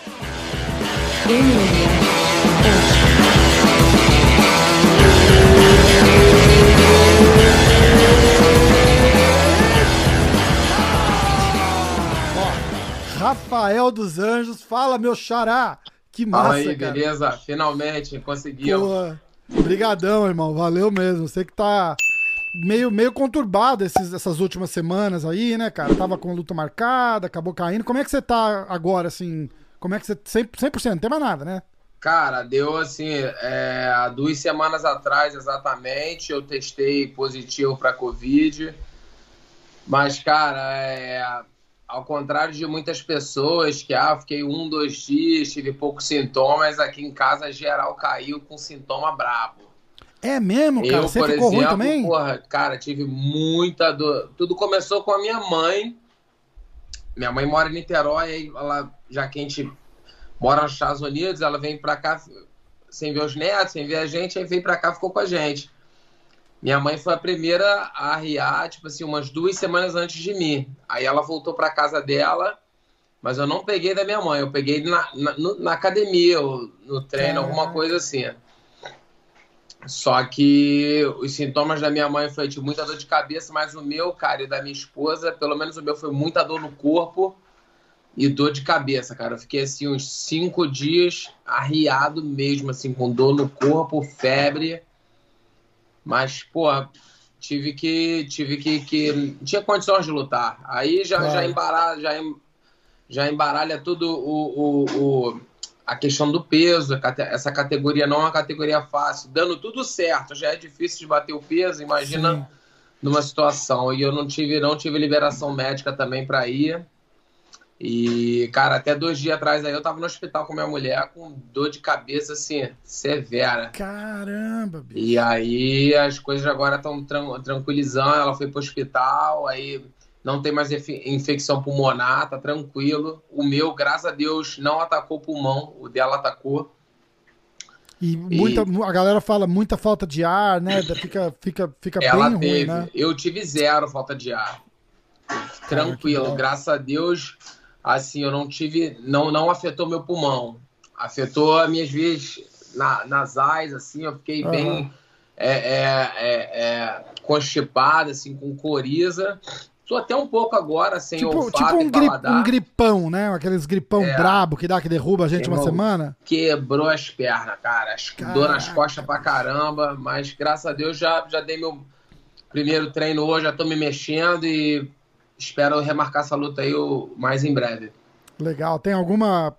Rafael dos Anjos, fala, meu xará. Que massa, Fala aí, cara. beleza? Finalmente conseguimos. Obrigadão, irmão. Valeu mesmo. Sei que tá meio conturbado essas últimas semanas aí, né, cara? Tava com luta marcada, acabou caindo. Como é que você tá agora, assim? Como é que você... 100%, não tem mais nada, né? Cara, deu assim, há 2 semanas atrás exatamente, eu testei positivo para Covid. Mas, cara, ao contrário de muitas pessoas que, fiquei 2 dias, tive poucos sintomas, aqui em casa geral caiu com sintoma brabo. É mesmo, cara? Eu, Você por ficou ruim exemplo, também? porra, cara, tive muita dor. Tudo começou com a minha mãe. Minha mãe mora em Niterói, aí ela, já que a gente mora nos Estados Unidos, ela vem pra cá sem ver os netos, sem ver a gente, aí veio pra cá e ficou com a gente. Minha mãe foi a primeira a arriar, tipo assim, umas 2 semanas antes de mim. Aí ela voltou pra casa dela, mas eu não peguei da minha mãe, eu peguei na academia, ou no treino, alguma coisa assim. Só que os sintomas da minha mãe foi de muita dor de cabeça, mas o meu, cara, e da minha esposa, pelo menos o meu foi muita dor no corpo e dor de cabeça, cara. Eu fiquei assim uns 5 dias arriado mesmo, assim, com dor no corpo, febre. Mas, pô, tive que não tinha condições de lutar. Aí já embaralha tudo a questão do peso. Essa categoria não é uma categoria fácil. Dando tudo certo, já é difícil de bater o peso, imagina. Sim. Numa situação. E eu não tive liberação médica também para ir. E, cara, até 2 dias atrás aí eu tava no hospital com minha mulher com dor de cabeça, assim, severa. Caramba, bicho. E aí as coisas agora estão tranquilizando. Ela foi pro hospital, aí não tem mais infecção pulmonar, tá tranquilo. O meu, graças a Deus, não atacou o pulmão, o dela atacou. A galera fala muita falta de ar, né? Fica ela bem teve, ruim, né? Eu tive 0 falta de ar. Tranquilo, graças a Deus. Assim, eu não tive, não afetou meu pulmão, afetou as minhas vias nasais, assim, eu fiquei bem constipado, assim, com coriza. Tô até um pouco agora sem olfato e paladar. Um gripão, né? Aqueles gripão brabo que derruba a gente uma semana. Quebrou as pernas, cara. Dor nas costas pra caramba, mas graças a Deus já dei meu primeiro treino hoje, já tô me mexendo e espero remarcar essa luta aí mais em breve. Legal. Tem alguma,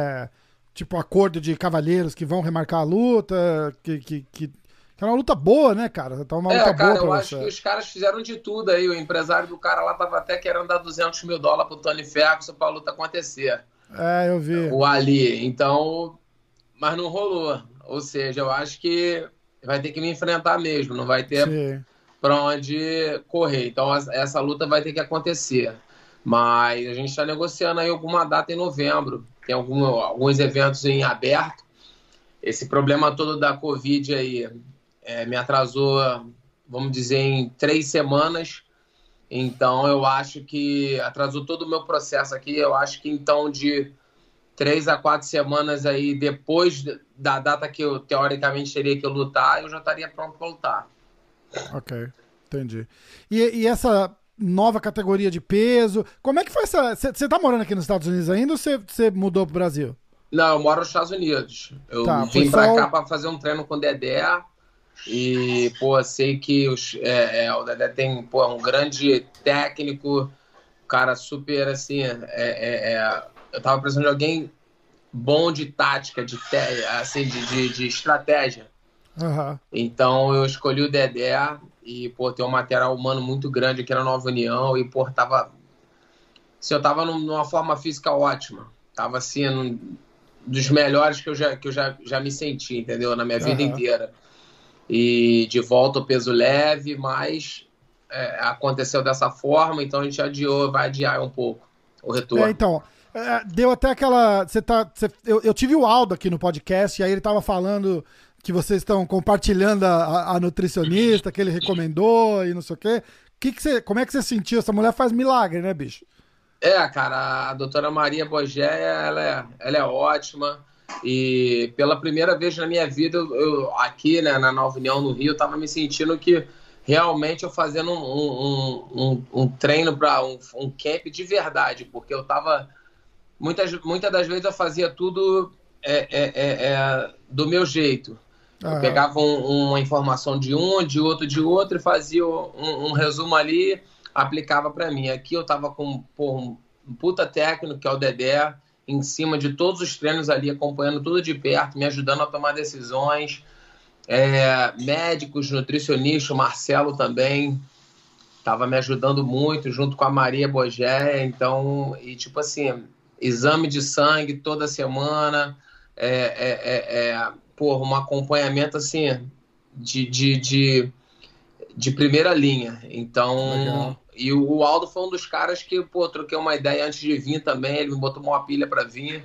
acordo de cavalheiros que vão remarcar a luta? Que é uma luta boa, né, cara? Tá uma luta cara, boa eu acho que os caras fizeram de tudo aí. O empresário do cara lá tava até querendo dar $200 mil pro Tony Ferguson pra luta acontecer. Eu vi. O Ali. Então, mas não rolou. Ou seja, eu acho que vai ter que me enfrentar mesmo. Não vai ter pra onde correr. Então, essa luta vai ter que acontecer. Mas a gente está negociando aí alguma data em novembro. Tem alguns eventos em aberto. Esse problema todo da Covid aí me atrasou, vamos dizer, em 3 semanas. Então, eu acho que atrasou todo o meu processo aqui. Eu acho que, então, de 3 a 4 semanas aí, depois da data que eu, teoricamente, teria que lutar, eu já estaria pronto para lutar. Ok, entendi. E essa nova categoria de peso, como é que foi essa... Você tá morando aqui nos Estados Unidos ainda ou você mudou pro Brasil? Não, eu moro nos Estados Unidos. Eu vim pra cá pra fazer um treino com o Dedé. E, sei que o Dedé tem, um grande técnico, cara super, assim, eu tava precisando de alguém bom de tática, de estratégia. Uhum. Então, eu escolhi o Dedé e, tem um material humano muito grande aqui na Nova União e, eu tava numa forma física ótima. Tava, assim, dos melhores que eu já me senti, entendeu? Na minha vida inteira. E de volta ao peso leve, mas aconteceu dessa forma, então a gente vai adiar um pouco o retorno. Então, deu até aquela... Eu tive o Aldo aqui no podcast, e aí ele tava falando que vocês estão compartilhando a nutricionista, que ele recomendou e não sei o quê. Como é que você sentiu? Essa mulher faz milagre, né, bicho? Cara, a doutora Maria Bogé, ela é ótima. E pela primeira vez na minha vida, aqui, né, na Nova União, no Rio, eu tava me sentindo que realmente eu fazendo um treino para um camp de verdade, porque eu tava. Muitas das vezes eu fazia tudo do meu jeito. Eu Aham. pegava uma informação de outro, e fazia um resumo ali, aplicava para mim. Aqui eu tava com um puta técnico, que é o Dedé, em cima de todos os treinos ali, acompanhando tudo de perto, me ajudando a tomar decisões. Médicos, nutricionistas, o Marcelo também estava me ajudando muito, junto com a Maria Bogé. Então, e tipo assim, exame de sangue toda semana, um acompanhamento assim de primeira linha. Então, Legal. e o Aldo foi um dos caras que, troquei uma ideia antes de vir também. Ele me botou uma pilha para vir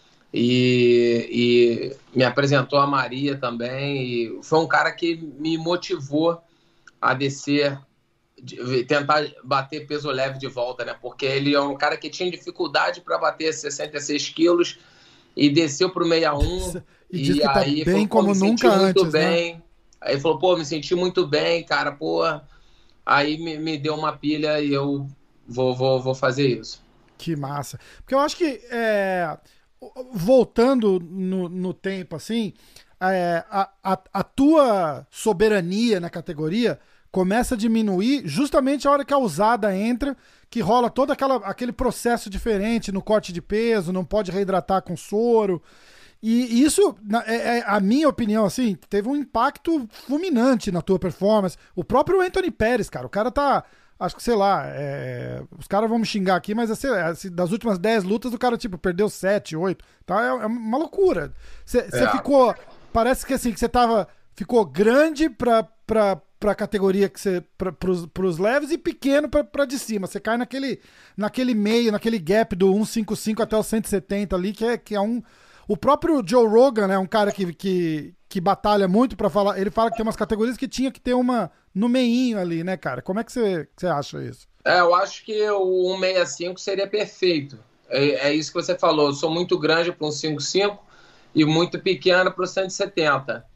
e me apresentou a Maria também. E foi um cara que me motivou a descer, tentar bater peso leve de volta, né? Porque ele é um cara que tinha dificuldade para bater 66 quilos e desceu para o 61. E diz E que tá aí bem falou, pô, como me senti nunca muito antes, né? bem. Aí falou, pô, me senti muito bem, cara, pô. Aí me deu uma pilha e eu vou fazer isso. Que massa. Porque eu acho que, voltando no tempo, assim, a tua soberania na categoria começa a diminuir justamente a hora que a usada entra, que rola todo aquele processo diferente no corte de peso, não pode reidratar com soro. E isso, a minha opinião, assim, teve um impacto fulminante na tua performance. O próprio Anthony Pérez, cara, o cara tá. Acho que, sei lá, os caras vão me xingar aqui, mas assim, das últimas 10 lutas, o cara, tipo, perdeu 7, 8. Tá? É uma loucura. Você ficou. Parece que assim, que você ficou grande pra categoria que você. Pros leves e pequeno pra de cima. Você cai naquele meio, naquele gap do 155 até o 170 ali, que é um. O próprio Joe Rogan, né, um cara que batalha muito pra falar. Ele fala que tem umas categorias que tinha que ter uma no meinho ali, né, cara? Como é que você acha isso? Eu acho que o 165 seria perfeito. É isso que você falou. Eu sou muito grande para um 55 e muito pequeno para o 170.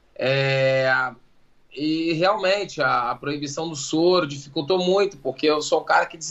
E realmente a proibição do soro dificultou muito, porque eu sou um cara que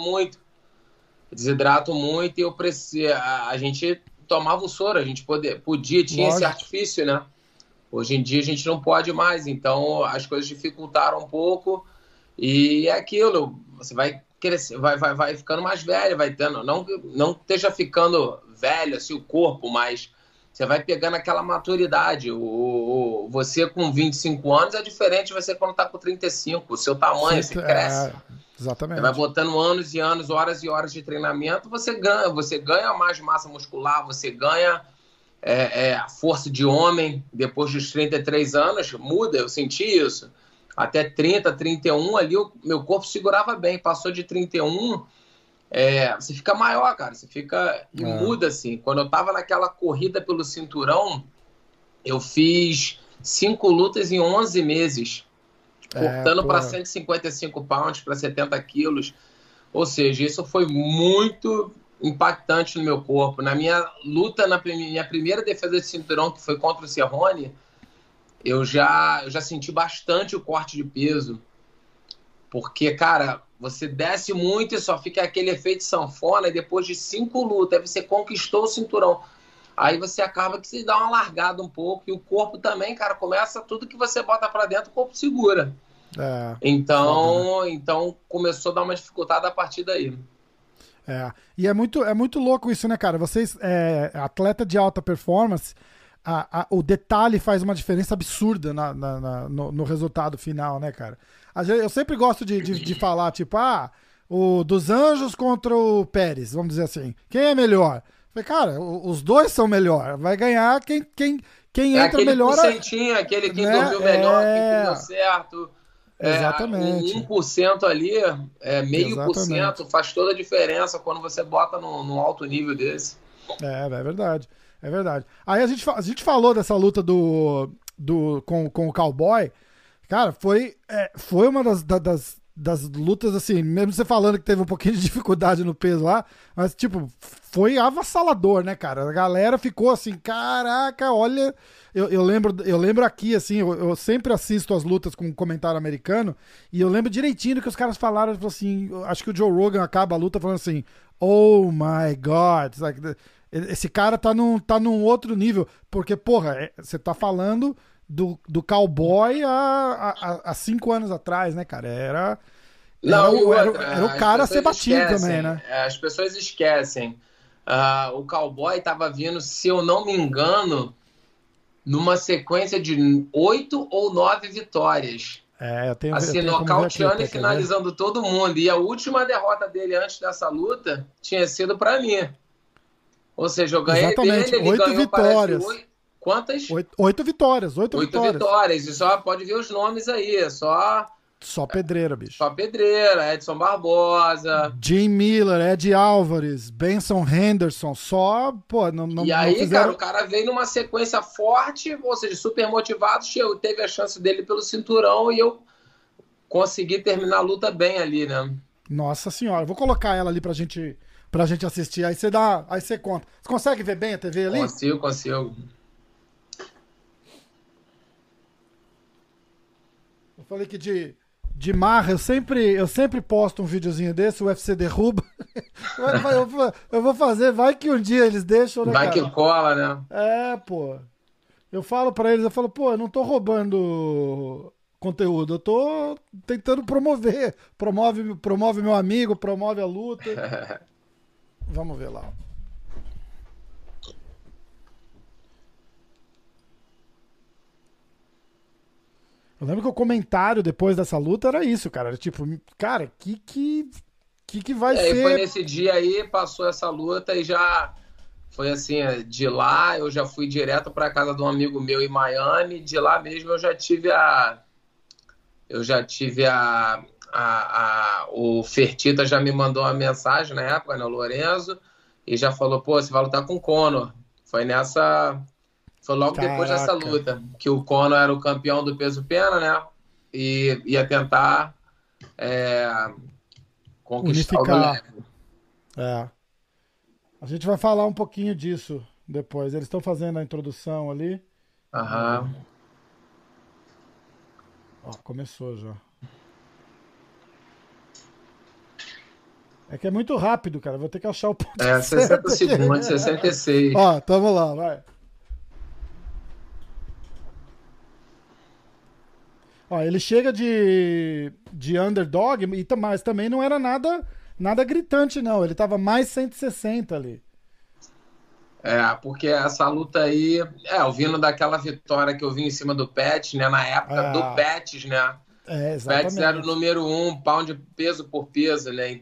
desidrato muito e eu preciso. A gente tomava o soro, a gente tinha esse Lógico. artifício, né? Hoje em dia a gente não pode mais, então as coisas dificultaram um pouco e é aquilo, você vai crescer, vai ficando mais velho, vai tendo, não esteja ficando velho assim o corpo, mas você vai pegando aquela maturidade. Você com 25 anos é diferente de você quando está com 35, o seu tamanho, você cresce. Você vai Exatamente. botando anos e anos, horas e horas de treinamento, você ganha mais massa muscular, você ganha a força de homem. Depois dos 33 anos, muda, eu senti isso. Até 30, 31 ali, o meu corpo segurava bem. Passou de 31, você fica maior, cara. Você fica e É, muda, assim. Quando eu tava naquela corrida pelo cinturão, eu fiz 5 lutas em 11 meses, cortando para porra. 155 pounds, para 70 quilos. Ou seja, isso foi muito impactante no meu corpo. Na minha luta, na minha primeira defesa de cinturão, que foi contra o Cerrone, eu já senti bastante o corte de peso. Porque, cara, você desce muito e só fica aquele efeito sanfona, e depois de 5 lutas, aí você conquistou o cinturão. Aí você acaba que se dá uma largada um pouco, e o corpo também, cara, começa tudo que você bota pra dentro, o corpo segura. É, foda, né? Então começou a dar uma dificuldade a partir daí. E é muito louco isso, né, cara? Vocês, atleta de alta performance, o detalhe faz uma diferença absurda no resultado final, né, cara? Eu sempre gosto de falar, tipo, o dos Anjos contra o Pérez, vamos dizer assim. Quem é melhor? Falei, cara, os dois são melhor. Vai ganhar quem É entra aquele melhor, porcentinho, aquele quem né? dormiu melhor, quem comeu certo. Um Exatamente. 1% ali, meio por Exatamente. cento, faz toda a diferença quando você bota num alto nível desse. É verdade. É verdade. Aí a gente falou dessa luta com o Cowboy. Cara, foi uma das lutas, assim, mesmo você falando que teve um pouquinho de dificuldade no peso lá, mas, tipo, foi avassalador, né, cara? A galera ficou assim, caraca, olha. Eu lembro aqui, assim, eu sempre assisto as lutas com um comentário americano, e eu lembro direitinho do que os caras falaram, tipo assim, acho que o Joe Rogan acaba a luta falando assim, oh my God, like, esse cara tá num outro nível, porque, porra, você tá falando do cowboy há 5 anos atrás, né, cara? Era, era, Não, e o, era, o- era o outra, as cara a ser pessoas batido também, esquecem, né? as pessoas esquecem. O cowboy estava vindo, se eu não me engano, numa sequência de 8 ou 9 vitórias. Eu Assim, tenho como ver aqui nocauteando até, e quer ver? finalizando todo mundo. E a última derrota dele antes dessa luta tinha sido para mim. Ou seja, eu ganhei Exatamente, dele, ele oito ganhou, parece, vitórias. 8. Quantas? Oito vitórias, oito vitórias. Oito vitórias. E só pode ver os nomes aí. Só pedreira, bicho. Só pedreira, Edson Barbosa. Jim Miller, Ed Álvares, Benson Henderson, só, pô, não, não, E não aí, cara, o fizeram. cara veio numa sequência forte, ou seja, super motivado, teve a chance dele pelo cinturão e eu consegui terminar a luta bem ali, né? Nossa senhora, vou colocar ela ali pra gente assistir. Aí você conta. Você consegue ver bem a TV ali? Consigo, consigo. Eu falei que de marra, eu sempre posto um videozinho desse, o UFC derruba. Eu vou fazer, vai que um dia eles deixam, né, Vai que cara? cola, né? Pô. Eu falo pra eles, pô, eu não tô roubando conteúdo, eu tô tentando promover. Promove meu amigo, promove a luta. Vamos ver lá. Eu lembro que o comentário depois dessa luta era isso, cara. Era tipo, cara, que vai E foi ser. nesse dia aí, passou essa luta e já foi assim, de lá eu já fui direto para casa de um amigo meu em Miami, de lá mesmo o Fertita já me mandou uma mensagem na época, né, o Lorenzo, e já falou, pô, você vai lutar com o Conor. Foi logo depois dessa Caraca. luta, que o Conor era o campeão do peso pena, né, e ia tentar é, conquistar o do Unificar. leve. É. A gente vai falar um pouquinho disso depois. Eles estão fazendo a introdução ali. Vamos ver. Aham. Ó, começou já. É que é muito rápido, cara. Vou ter que achar o ponto 60 certo aqui. segundos, 66. Ó, tamo lá, vai. Ó, ele chega de underdog, mas também não era nada gritante, não. Ele tava mais 160 ali. Porque essa luta aí, eu vindo daquela vitória que eu vi em cima do Pet, né, na época do Ah, Pet, né, Pet era o exatamente. número um, pound peso por peso, né,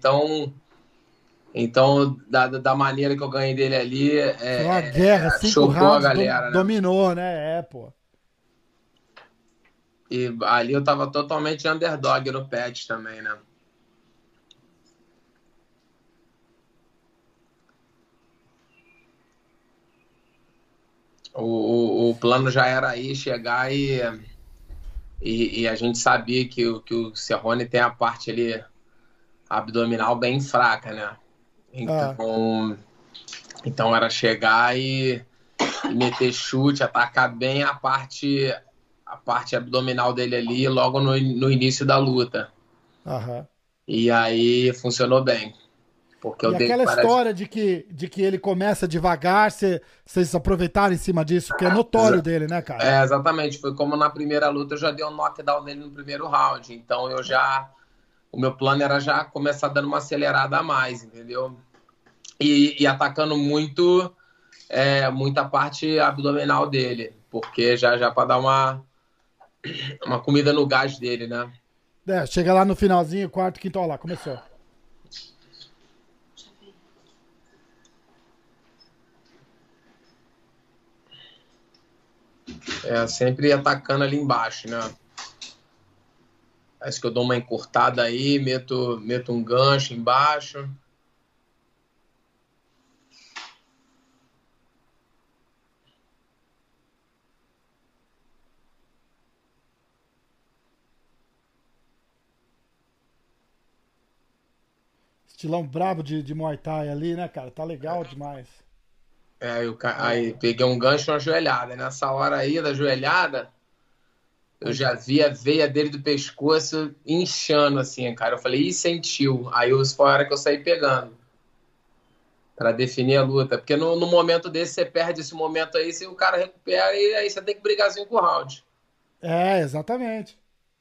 então da maneira que eu ganhei dele ali, Foi uma guerra, 5 rounds, chocou a galera, né, dominou, né? Pô. e ali eu tava totalmente underdog no Pet também, né. O plano já era aí chegar e a gente sabia que o Cerrone tem a parte ali abdominal bem fraca, né? Ah, Então era chegar e meter chute, atacar bem a parte abdominal dele ali logo no início da luta. aham. E aí funcionou bem, porque eu E dei aquela várias. história de que ele começa devagar, vocês aproveitaram em cima disso, porque é notório dele, né, cara? Exatamente, foi como na primeira luta eu já dei um knockdown nele no primeiro round. Então o meu plano era já começar dando uma acelerada a mais, entendeu? E atacando muita parte abdominal dele, porque já para dar uma comida no gás dele, né? Chega lá no finalzinho, quarto, quinto, ó lá, começou. Sempre atacando ali embaixo, né? Acho que eu dou uma encurtada aí, meto um gancho embaixo. Estilão brabo de Muay Thai ali, né, cara? Tá legal demais. Aí peguei um gancho na joelhada. Nessa hora aí da joelhada, eu já vi a veia dele do pescoço inchando, assim, cara. Eu falei, ih, sentiu. Aí foi a hora que eu saí pegando pra definir a luta. Porque no momento desse, você perde esse momento aí, se o cara recupera e aí você tem que brigar 5 rounds. É, exatamente.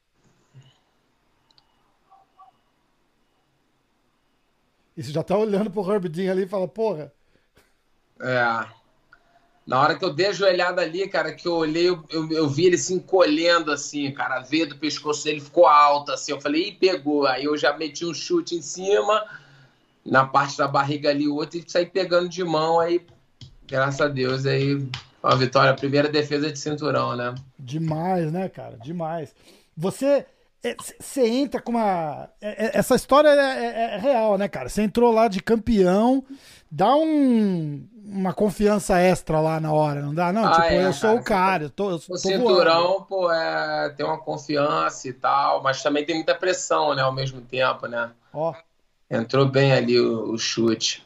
E você já tá olhando pro Herb Dean ali e fala, porra. É. Na hora que eu dei a joelhada ali, cara, que eu olhei, eu vi ele se encolhendo, assim, cara. A veia do pescoço dele ficou alta, assim. Eu falei, ih, pegou. Aí eu já meti um chute em cima, na parte da barriga ali, o outro, e saí pegando de mão. Aí, graças a Deus, aí, uma vitória. Primeira defesa de cinturão, né? Demais, né, cara? Demais. Você. Você entra com uma. Essa história é real, né, cara? Você entrou lá de campeão, dá uma confiança extra lá na hora, não dá? Não, tipo, eu sou o cara, eu tô o cinturão, pô, tem uma confiança e tal, mas também tem muita pressão, né, ao mesmo tempo, né? Ó. Entrou bem ali o chute.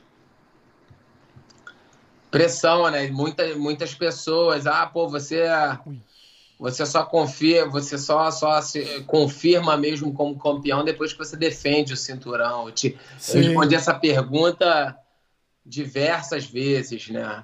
Pressão, né? Muitas pessoas, pô, você só confia, você só se confirma mesmo como campeão depois que você defende o cinturão. Eu respondi essa pergunta diversas vezes, né?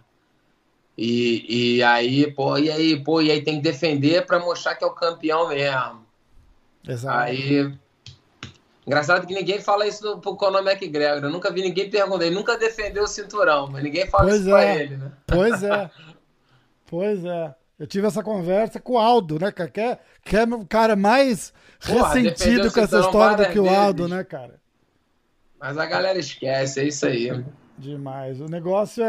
E aí, pô, e aí tem que defender para mostrar que é o campeão mesmo. Exato. Aí, engraçado que ninguém fala isso pro Conor McGregor. Eu nunca vi ninguém perguntar, ele nunca defendeu o cinturão, mas ninguém fala isso pra ele, né? Pois é. Pois é. Eu tive essa conversa com o Aldo, né, cara? Que é o cara mais ressentido com essa história do que o Aldo, né, cara? Mas a galera esquece, é isso aí. Demais. O negócio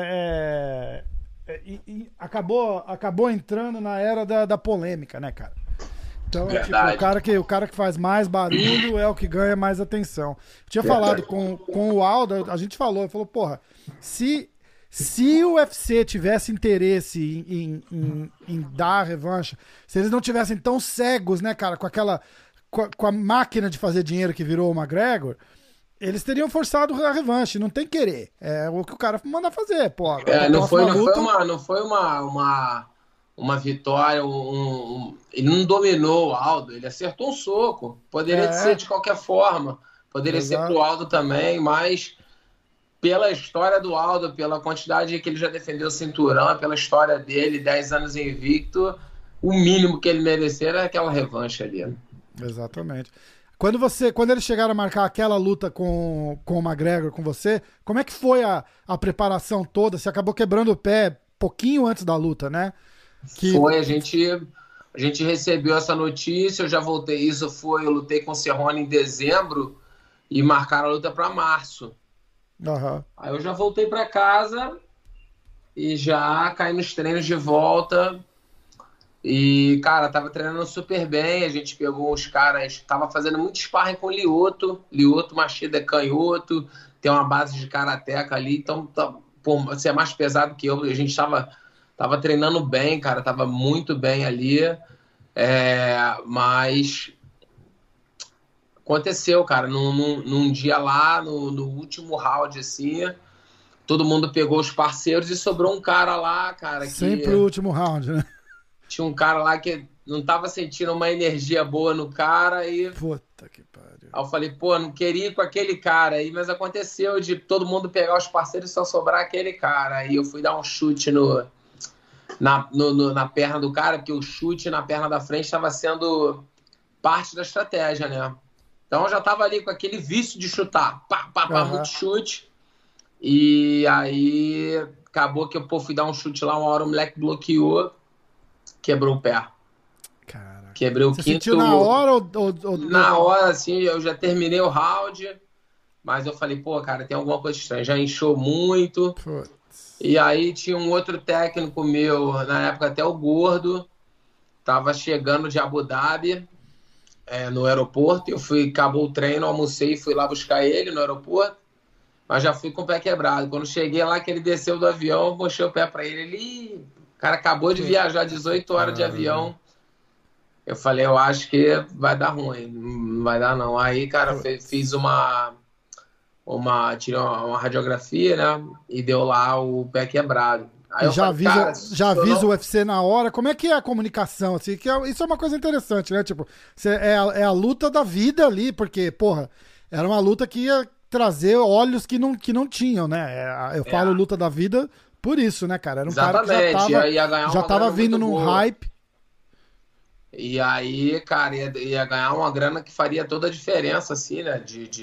acabou entrando na era da polêmica, né, cara? Então, tipo, o cara que faz mais barulho é o que ganha mais atenção. Eu tinha falado com o Aldo, a gente falou, porra, se o UFC tivesse interesse em dar a revanche, se eles não tivessem tão cegos, né, cara, com a máquina de fazer dinheiro que virou o McGregor, eles teriam forçado a revanche, não tem querer. É o que o cara manda fazer, pô. Não foi uma vitória, ele não dominou o Aldo, ele acertou um soco. Poderia ser de qualquer forma, poderia ser pro Aldo também, mas pela história do Aldo, pela quantidade que ele já defendeu o cinturão, pela história dele, 10 anos invicto, o mínimo que ele merecer era aquela revanche ali. Exatamente. Quando eles chegaram a marcar aquela luta com o McGregor, com você, como é que foi a preparação toda? Você acabou quebrando o pé pouquinho antes da luta, né? Foi, a gente recebeu essa notícia, eu já voltei, eu lutei com o Cerrone em dezembro e marcaram a luta para março. Uhum. Aí eu já voltei para casa e já caí nos treinos de volta. E, cara, tava treinando super bem, a gente pegou os caras, tava fazendo muito sparring com o Lyoto Machida é canhoto, tem uma base de karateca ali, então, pô, você é mais pesado que eu, a gente tava treinando bem, cara, tava muito bem ali, mas aconteceu, cara, num dia lá, no último round, assim, todo mundo pegou os parceiros e sobrou um cara lá, cara, sempre o último round, né? Tinha um cara lá que não tava sentindo uma energia boa no cara e... Puta que pariu. Aí eu falei, pô, não queria ir com aquele cara aí, mas aconteceu de todo mundo pegar os parceiros e só sobrar aquele cara. Aí eu fui dar um chute na perna do cara, porque o chute na perna da frente estava sendo parte da estratégia, né? Então eu já tava ali com aquele vício de chutar, muito chute. E aí acabou que eu fui dar um chute lá, uma hora o moleque bloqueou, quebrou o pé. Caraca. Quebrei o Você quinto. Sentiu na hora Na hora, assim, eu já terminei o round, mas eu falei, pô, cara, tem alguma coisa estranha. Já inchou muito. Putz. E aí tinha um outro técnico meu, na época até o Gordo, tava chegando de Abu Dhabi, no aeroporto. Acabou o treino, almocei e fui lá buscar ele no aeroporto. Mas já fui com o pé quebrado. Quando cheguei lá, que ele desceu do avião, eu mostrei o pé pra ele. O cara acabou de viajar 18 horas de avião. Eu falei, eu acho que vai dar ruim. Não vai dar, não. Aí, cara, fiz uma tirei uma radiografia, né? E deu lá o pé quebrado. Aí E eu já falei, cara, avisa, já se eu avisa o não... UFC na hora. Como é que é a comunicação? Assim, isso é uma coisa interessante, né? Tipo, é a luta da vida ali, porque, porra, era uma luta que ia trazer olhos que não tinham, né? Eu falo luta da vida por isso, né, cara? Era um cara que Exatamente, ia ganhar já uma tava grana vindo muito num boa. hype. E aí, cara, ia ganhar uma grana que faria toda a diferença, assim, né?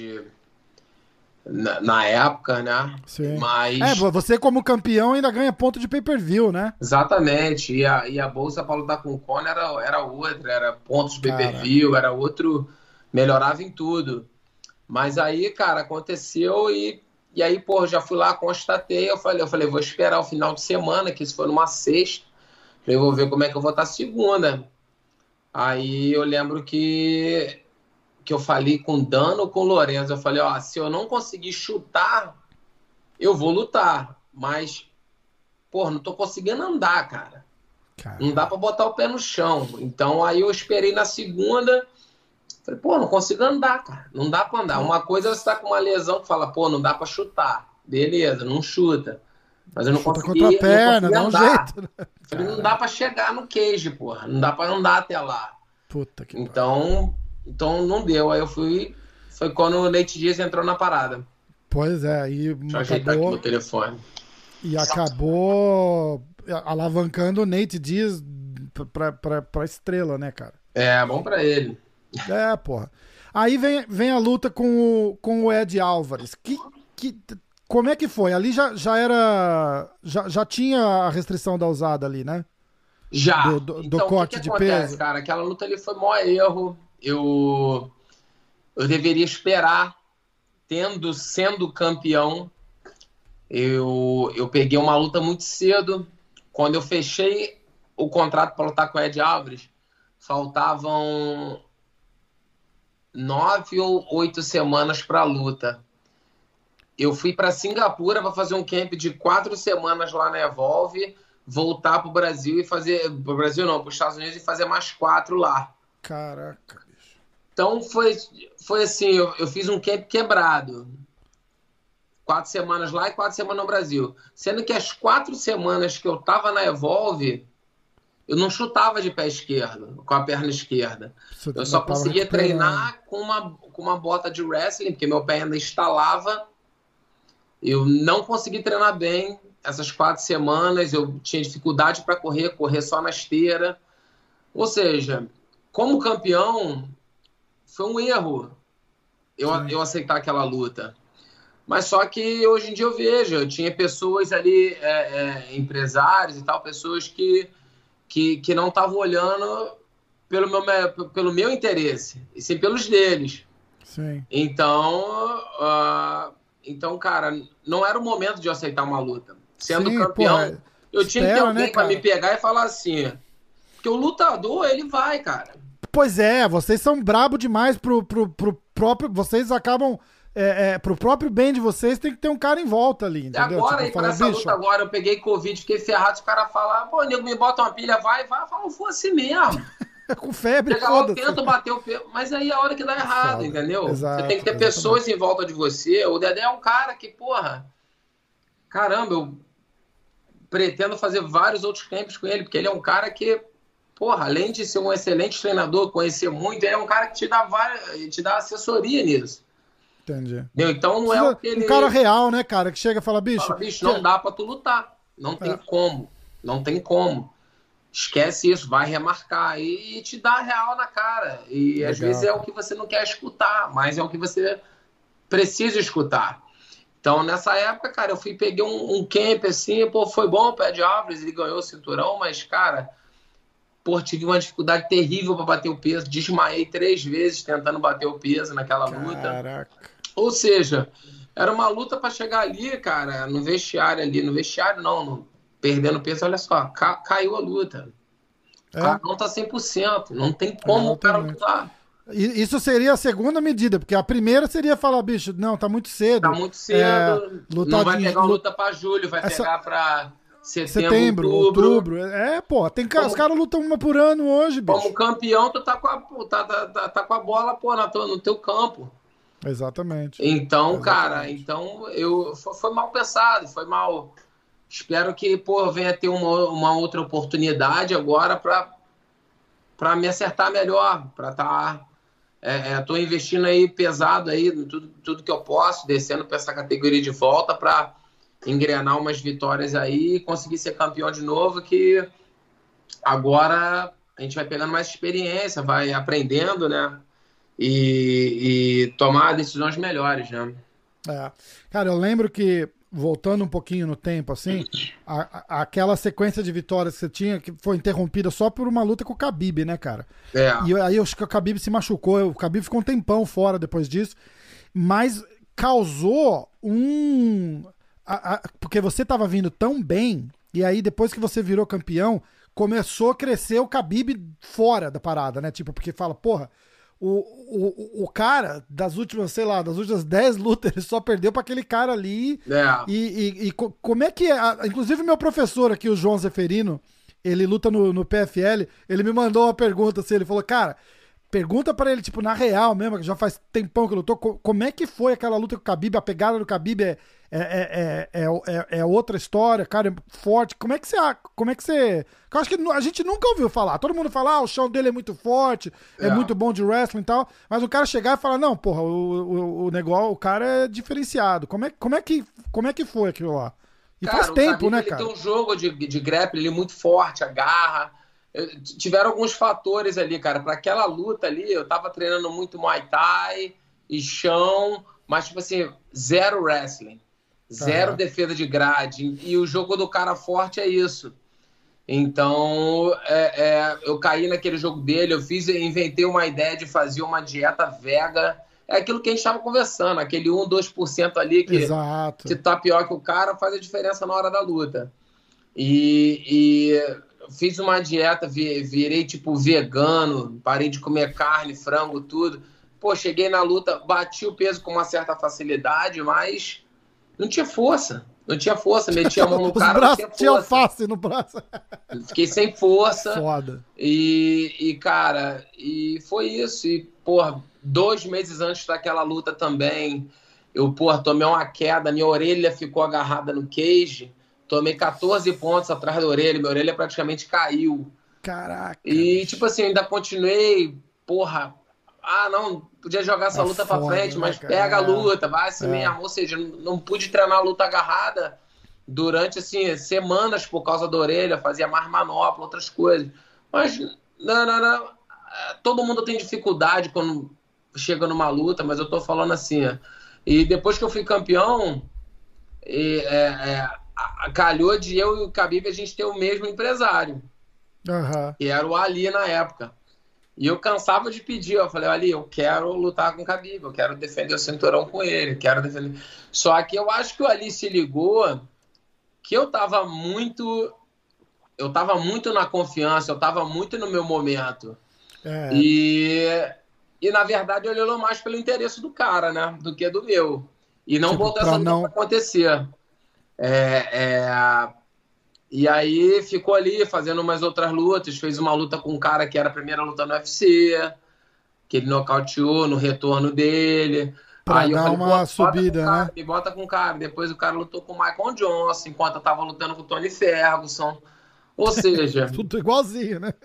Na época, né? Sim. Mas, Você como campeão ainda ganha ponto de pay-per-view, né? exatamente, e a bolsa para lutar com o Conor era outra, era pontos de Caraca. pay-per-view, era outro, melhorava em tudo. Mas aí, cara, aconteceu e aí, pô, já fui lá, constatei, eu falei, vou esperar o final de semana, que isso foi numa sexta, eu vou ver como é que eu vou estar segunda. Aí eu lembro que eu falei com o Dano, com o Lorenzo, eu falei, ó, se eu não conseguir chutar, eu vou lutar, mas, pô, não tô conseguindo andar, cara. Não dá Caralho. pra botar o pé no chão. Então aí eu esperei na segunda, falei, pô, não consigo andar, cara. Não dá pra andar. Uma coisa é você tá com uma lesão que fala, pô, não dá pra chutar. Beleza, não chuta. Mas eu não Chuta contra a perna, consegui dá um andar. jeito, né? Falei, não dá Caralho. pra chegar no cage, porra. Não dá pra andar até lá. Puta que pariu. Então não deu. Aí eu fui. Foi quando o Nate Diaz entrou na parada. Pois é, aí Deixa eu ajeitar aqui meu telefone. acabou alavancando o Nate Diaz pra estrela, né, cara? É, bom pra ele. É, porra. Aí vem a luta com o Ed Álvares. Que, como é que foi? Ali já era. Já tinha a restrição da usada ali, né? Já. Do Então, o que corte de acontece, peso. cara? Aquela luta ali foi o maior erro. Eu deveria esperar, sendo campeão. Eu peguei uma luta muito cedo. Quando eu fechei o contrato para lutar com o Ed Álvares, faltavam 9 ou 8 semanas para a luta. Eu fui para Singapura para fazer um camp de 4 semanas lá na Evolve, voltar para o Brasil e fazer. Para o Brasil não, para os Estados Unidos e fazer mais 4 lá. Caraca, bicho. Então foi assim: eu fiz um camp quebrado. 4 semanas lá e 4 semanas no Brasil. Sendo que as 4 semanas que eu tava na Evolve, eu não chutava de pé esquerdo, com a perna esquerda. Você Eu ainda só tava conseguia recuperando. treinar com uma bota de wrestling, porque meu pé ainda estalava. Eu não consegui treinar bem essas 4 semanas. Eu tinha dificuldade para correr só na esteira. Ou seja, como campeão, foi um erro eu aceitar aquela luta. Mas só que hoje em dia eu vejo, eu tinha pessoas ali, empresários e tal, pessoas que não estavam olhando pelo meu interesse, e sim pelos deles. Sim. Então, cara, não era o momento de eu aceitar uma luta. Sendo Sim, campeão, porra. eu tinha que ter Espera, né, alguém para me cara? pegar e falar assim, porque o lutador, ele vai, cara. Pois é, vocês são brabo demais pro próprio. Vocês acabam. Pro próprio bem de vocês tem que ter um cara em volta ali, entendeu? Agora, Tipo, aí, para fala, essa bicho, luta agora, eu peguei Covid, fiquei ferrado, os caras falam, pô, nego, me bota uma pilha, vai, eu falo, foi assim mesmo. com febre, Chega lá, eu foda-se. tento bater o pé, mas aí é a hora que dá errado, Foda. entendeu? Você tem que Exato, ter exatamente. pessoas em volta de você. O Dedé é um cara que, porra, caramba, eu pretendo fazer vários outros campos com ele, porque ele é um cara que, porra, além de ser um excelente treinador, conhecer muito, ele é um cara que te dá assessoria nisso. Entendi. Entendeu? Então não é o Precisa que um cara ele real, né, cara, que chega e fala, bicho, fala, bicho, não dá pra tu lutar. Não tem como. Não tem como. Esquece isso, vai remarcar e te dá real na cara. E às vezes legal, é o cara. que você não quer escutar, mas é o que você precisa escutar. Então, nessa época, cara, eu peguei um camp assim, pô, foi bom o pé de Álvares, ele ganhou o cinturão, mas, cara, pô, tive uma dificuldade terrível para bater o peso, desmaiei 3 vezes tentando bater o peso naquela luta. Caraca. Ou seja, era uma luta para chegar ali, cara, no vestiário não, perdendo peso, olha só, caiu a luta. O cara não tá 100%, não tem como o cara Exatamente. lutar. Isso seria a segunda medida, porque a primeira seria falar, bicho, não, tá muito cedo. Tá muito cedo, Lutar não vai pegar uma luta para julho, vai pegar para setembro, outubro. Pô, os caras lutam uma por ano hoje, bicho. Como campeão, tu tá com a bola, pô, no teu campo. Exatamente. Então, cara, Exatamente. foi mal pensado, foi mal. Espero que, pô, venha ter uma outra oportunidade agora para me acertar melhor, para estar. Tô investindo aí pesado aí, em tudo que eu posso, descendo para essa categoria de volta para engrenar umas vitórias aí e conseguir ser campeão de novo, que agora a gente vai pegando mais experiência, vai aprendendo, né? E tomar decisões melhores, né? É. Cara, eu lembro que, voltando um pouquinho no tempo, assim, aquela sequência de vitórias que você tinha, que foi interrompida só por uma luta com o Khabib, né, cara? É, E aí eu acho que o Khabib se machucou, o Khabib ficou um tempão fora depois disso, mas causou porque você tava vindo tão bem, e aí depois que você virou campeão, começou a crescer o Khabib fora da parada, né? Tipo, porque fala, porra, o cara das últimas, sei lá, das últimas 10 lutas, ele só perdeu pra aquele cara ali. é. Como é que é? Inclusive, meu professor aqui, o João Zeferino, ele luta no PFL, ele me mandou uma pergunta assim, ele falou, cara, pergunta pra ele, tipo, na real mesmo, que já faz tempão que lutou, como é que foi aquela luta com o Khabib? A pegada do Khabib é outra história, cara, é forte. Como é que você... Eu acho que a gente nunca ouviu falar. Todo mundo fala, o chão dele é muito forte, é muito bom de wrestling e tal, mas o cara chegar e falar, não, porra, o negócio, o cara é diferenciado. Como é que foi aquilo lá? E Cara, faz tempo, o Khabib, né, ele cara? tem um jogo de grappling ali muito forte, a garra. Tiveram alguns fatores ali, cara. Para aquela luta ali, eu tava treinando muito Muay Thai e chão, mas, tipo assim, zero wrestling, zero defesa de grade. E o jogo do cara forte é isso. Então, eu caí naquele jogo dele, inventei uma ideia de fazer uma dieta vega. É aquilo que a gente estava conversando, aquele 2% ali que Exato. se tá pior que o cara, faz a diferença na hora da luta. E fiz uma dieta, virei tipo vegano, parei de comer carne, frango, tudo. Pô, cheguei na luta, bati o peso com uma certa facilidade, mas não tinha força. Não tinha força, meti a mão no Os cara, não braços tinha tinham força. alface no braço. Fiquei sem força. Foda. Cara, e foi isso. E, porra, 2 meses antes daquela luta também, eu, porra, tomei uma queda, minha orelha ficou agarrada no cage, tomei 14 pontos atrás da orelha, minha orelha praticamente caiu. Caraca, E, bicho. tipo assim, ainda continuei, porra, não, podia jogar essa É luta pra foda, frente, né, mas pega a cara? luta, vai assim mesmo. Ou seja, não pude treinar a luta agarrada durante, assim, semanas por causa da orelha, fazia mais manopla, outras coisas. Mas, não, todo mundo tem dificuldade quando chega numa luta, mas eu tô falando assim, e depois que eu fui campeão, calhou de eu e o Khabib a gente ter o mesmo empresário, Aham. que era o Ali na época. E eu cansava de pedir, eu falei, Ali, eu quero lutar com o Khabib, eu quero defender o cinturão com ele, quero defender... Só que eu acho que o Ali se ligou que eu tava muito na confiança, eu tava muito no meu momento. É, E na verdade ele olhou mais pelo interesse do cara, né, do que do meu. E não tipo, botou essa pra luta pra não. acontecer. E aí ficou ali fazendo umas outras lutas, fez uma luta com um cara que era a primeira luta no UFC, que ele nocauteou no retorno dele. Pra Aí eu dar falei, uma bota com o subida, cara, né? me bota com o cara. Depois o cara lutou com o Michael Johnson, enquanto eu tava lutando com o Tony Ferguson. Ou seja, Tudo igualzinho, né?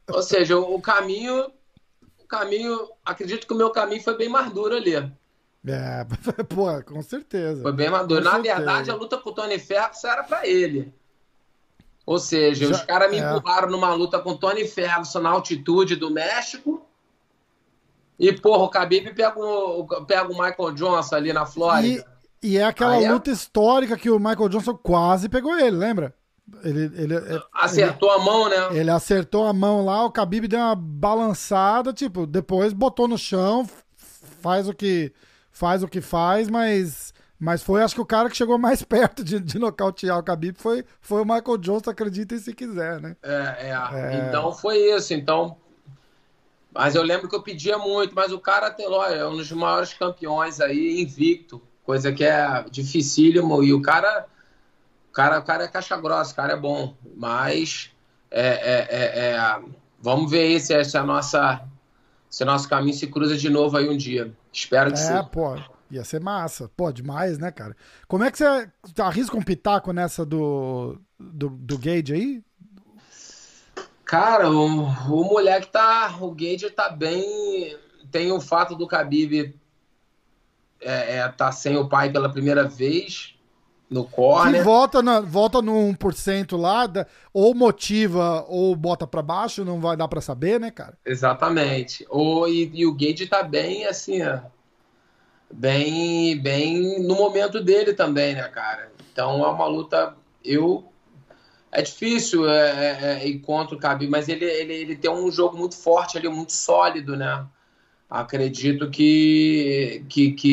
o caminho, acredito que o meu caminho foi bem mais duro ali. É, pô, com certeza. Foi bem mais Com duro. Na verdade, a certeza. luta com o Tony Ferguson era pra ele. Ou seja, os Já, caras me é. empurraram numa luta com o Tony Ferguson na altitude do México. E, porra, o Khabib pega o Michael Johnson ali na E, Flórida. e é aquela Aí luta histórica que o Michael Johnson quase pegou ele, lembra? Ele, acertou a mão, né? ele acertou a mão lá, o Khabib deu uma balançada, tipo, depois botou no chão, faz o que faz, mas foi, acho que o cara que chegou mais perto de nocautear o Khabib foi o Michael Johnson, acreditem se quiser, né? Então foi isso. Então, mas eu lembro que eu pedia muito, mas o cara é um dos maiores campeões aí, invicto, coisa que é dificílimo. E o cara é caixa grossa, o cara é bom. Mas vamos ver aí se se nosso caminho se cruza de novo aí um dia. Espero que sim. Pô, ia ser massa. Pô, demais, né, cara? Como é que você arrisca um pitaco nessa do Gage aí? Cara, o moleque tá. O Gage tá bem. Tem o fato do Khabib tá sem o pai pela primeira vez no corner. Que volta no 1% lá, ou motiva ou bota pra baixo, não vai dar pra saber, né, cara? Exatamente. E o Gage tá bem, assim, ó, bem no momento dele também, né, cara? Então é uma luta. É difícil ir contra o Khabib, mas ele tem um jogo muito forte ali, muito sólido, né? Acredito que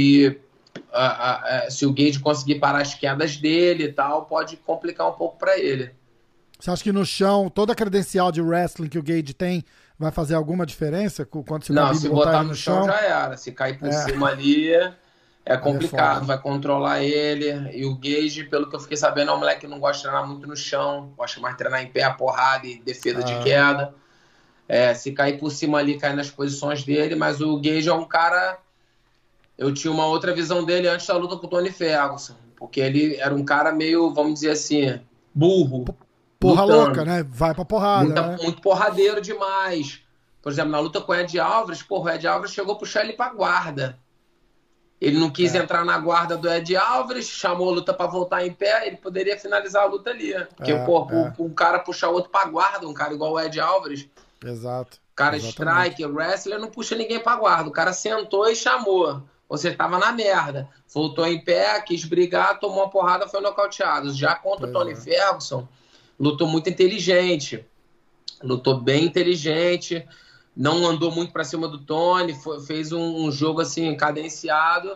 se o Gage conseguir parar as quedas dele e tal, pode complicar um pouco para ele. Você acha que no chão, toda a credencial de wrestling que o Gage tem vai fazer alguma diferença quando o Não, se botar no chão já era. Se cair por cima ali, é complicado, vai controlar ele. E o Gage, pelo que eu fiquei sabendo, é um moleque que não gosta de treinar muito no chão, gosta mais de treinar em pé, porrada e defesa de queda. Se cair por cima ali, cai nas posições dele, mas o Gage é um cara... Eu tinha uma outra visão dele antes da luta com o Tony Ferguson, porque ele era um cara meio, vamos dizer assim, burro. Porra louca, né? Vai pra porrada, muito porradeiro demais. Por exemplo, na luta com o Ed Alvarez, o Ed Alvarez chegou a puxar ele pra guarda. Ele não quis entrar na guarda do Ed Alvarez, chamou a luta pra voltar em pé, ele poderia finalizar a luta ali. Porque, um cara puxar o outro pra guarda, um cara igual o Ed Alvarez... Exato. O cara strike, wrestler, não puxa ninguém pra guarda. O cara sentou e chamou. Você tava na merda. Voltou em pé, quis brigar, tomou uma porrada, foi nocauteado. Já contra o Tony Ferguson, lutou muito inteligente. Lutou bem inteligente. Não andou muito pra cima do Tony. Fez um jogo assim, cadenciado.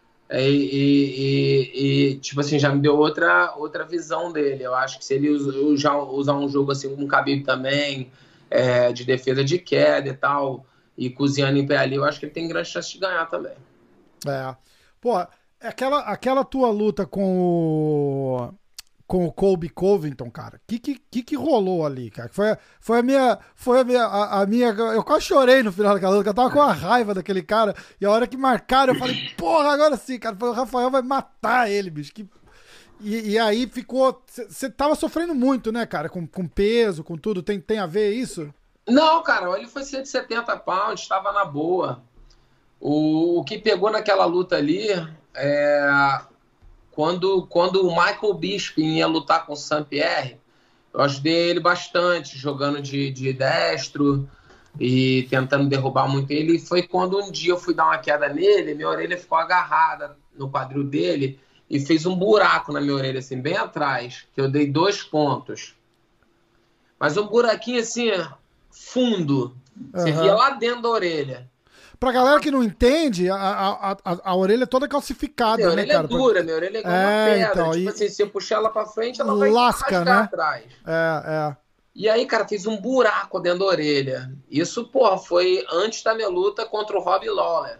Tipo assim, já me deu outra visão dele. Eu acho que se ele usar um jogo assim com o Khabib também... de defesa de queda e tal, e cozinhando em pé ali, eu acho que ele tem grande chance de ganhar também. Pô, aquela tua luta com o Colby Covington, cara, que rolou ali, cara? Foi a minha, eu quase chorei no final daquela luta, eu tava com a raiva daquele cara, e a hora que marcaram, eu falei, porra, agora sim, cara, o Rafael vai matar ele, bicho, E aí ficou... Você tava sofrendo muito, né, cara? Com peso, com tudo. Tem a ver isso? Não, cara. Ele foi 170 pounds, estava na boa. O que pegou naquela luta ali quando o Michael Bisping ia lutar com o Saint-Pierre, eu ajudei ele bastante, jogando de destro e tentando derrubar muito ele. E foi quando um dia eu fui dar uma queda nele, minha orelha ficou agarrada no quadril dele, e fez um buraco na minha orelha, assim, bem atrás, que eu dei 2 pontos. Mas um buraquinho, assim, fundo. Você via lá dentro da orelha. Pra galera que não entende, a orelha é toda calcificada, minha né, cara? Minha orelha é dura, minha orelha é igual uma pedra. Então, tipo assim, se eu puxar ela pra frente, ela vai lasca, né? atrás. E aí, cara, fiz um buraco dentro da orelha. Isso, porra, foi antes da minha luta contra o Robbie Lawler.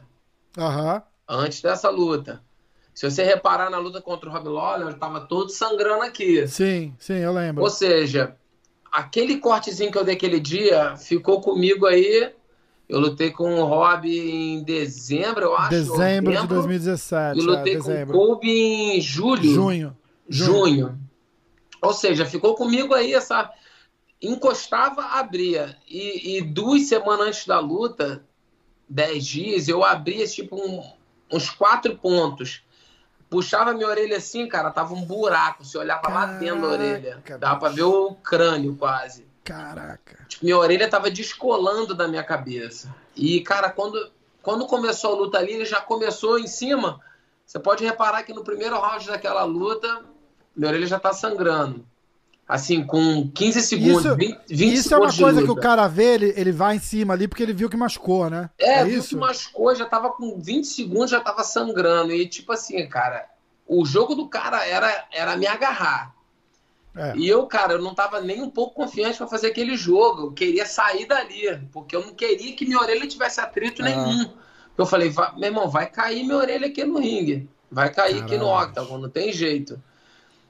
Antes dessa luta. Se você reparar na luta contra o Robbie Lawler, eu tava todo sangrando aqui. Sim, eu lembro. Ou seja, aquele cortezinho que eu dei aquele dia ficou comigo aí. Eu lutei com o Robbie em dezembro, eu acho. Dezembro de 2017. E lutei com o Colby em julho. Junho. Ou seja, ficou comigo aí essa... Encostava, abria. E 2 semanas antes da luta, 10 dias, eu abria tipo uns 4 pontos. Puxava minha orelha assim, cara, tava um buraco. Você olhava lá dentro da orelha. Dava pra ver o crânio quase. Caraca. Tipo, minha orelha tava descolando da minha cabeça. E, cara, quando começou a luta ali, ele já começou em cima. Você pode reparar que no primeiro round daquela luta, minha orelha já tá sangrando. Assim, com 15 segundos, 20 isso segundos. É uma coisa que o cara vê, ele vai em cima ali porque ele viu que machucou, né? Viu isso? Que machucou, já tava com 20 segundos, já tava sangrando. E tipo assim, cara, o jogo do cara era me agarrar. E eu, cara, eu não tava nem um pouco confiante pra fazer aquele jogo. Eu queria sair dali, porque eu não queria que minha orelha tivesse atrito nenhum. Eu falei, meu irmão, vai cair minha orelha aqui no ringue. Vai cair aqui no octagon, não tem jeito.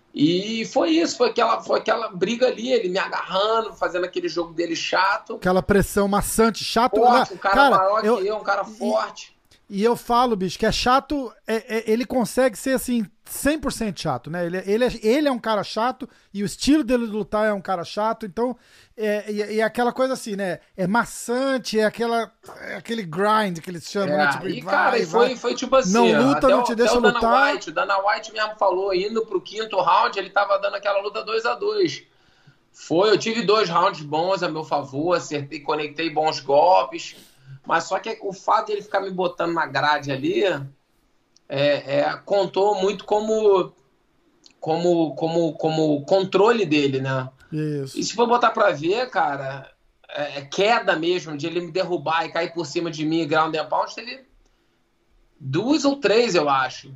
E foi isso, foi aquela briga ali, ele me agarrando, fazendo aquele jogo dele chato. Aquela pressão maçante, chato. Forte, um cara maior eu, que eu, um cara forte. E eu falo, bicho, que é chato, ele consegue ser, assim, 100% chato, né? Ele é um cara chato e o estilo dele de lutar é um cara chato, então é aquela coisa assim, né? É maçante, aquele grind que eles chamam, né? Tipo, E cara, foi tipo assim, não luta, não te deixa o Dana lutar. White, o Dana White mesmo falou, indo pro 5º round, ele tava dando aquela luta 2-2. Eu tive 2 rounds bons a meu favor, acertei, conectei bons golpes. Mas só que o fato de ele ficar me botando na grade ali contou muito como controle dele, né? Isso. E se for botar pra ver, cara, queda mesmo, de ele me derrubar e cair por cima de mim, ground and pound, teve 2 ou 3, eu acho.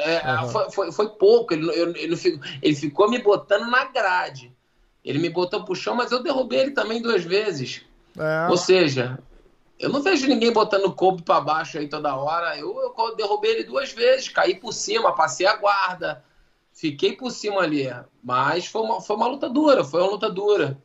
Foi pouco, ele ficou me botando na grade. Ele me botou pro chão, mas eu derrubei ele também 2 vezes. Ou seja... Eu não vejo ninguém botando o Kobe pra baixo aí toda hora. Eu derrubei ele 2 vezes, caí por cima, passei a guarda, fiquei por cima ali. Mas foi uma luta dura, foi uma luta dura.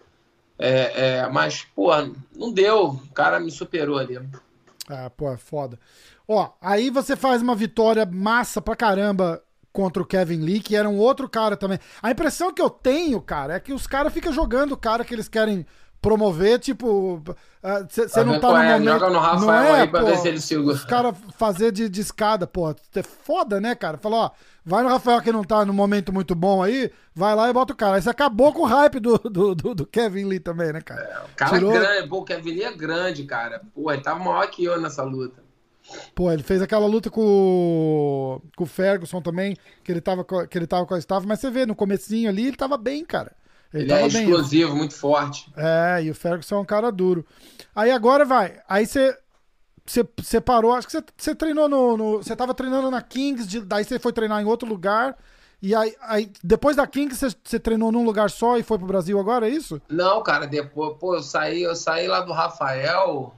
Mas, pô, não deu. O cara me superou ali. Pô, é foda. Ó, aí você faz uma vitória massa pra caramba contra o Kevin Lee, que era um outro cara também. A impressão que eu tenho, cara, é que os caras ficam jogando o cara que eles querem promover, tipo, você não tá no momento... Joga no Rafael não aí pra ver se ele segura. Os caras fazer de escada, pô, é foda, né, cara? Fala, ó, vai no Rafael que não tá no momento muito bom aí, vai lá e bota o cara. Aí você acabou com o hype do Kevin Lee também, né, cara? O cara é grande, pô, o Kevin Lee é grande, cara. Pô, ele tava maior que eu nessa luta. Pô, ele fez aquela luta com o Ferguson também, que ele tava com a Staff, mas você vê, no comecinho ali, ele tava bem, cara. Ele é explosivo, muito forte. E o Ferguson é um cara duro. Aí agora vai. Aí você parou, acho que você treinou você tava treinando na Kings, daí você foi treinar em outro lugar. E aí depois da Kings, você treinou num lugar só e foi pro Brasil agora, é isso? Não, cara, depois, pô, eu saí lá do Rafael,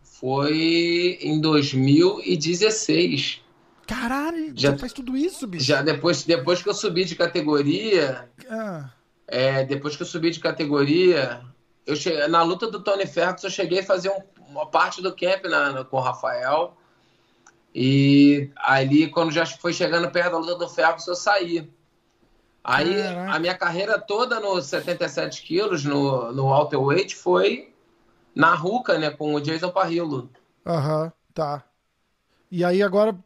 foi em 2016. Caralho, já faz tudo isso, bicho? Já depois que eu subi de categoria... depois que eu subi de categoria, na luta do Tony Ferguson, eu cheguei a fazer uma parte do camp com o Rafael. E ali, quando já foi chegando perto da luta do Ferguson, eu saí. Aí, a minha carreira toda nos 77 quilos, no welterweight, foi na Ruca, né, com o Jason Parillo. Tá. E aí agora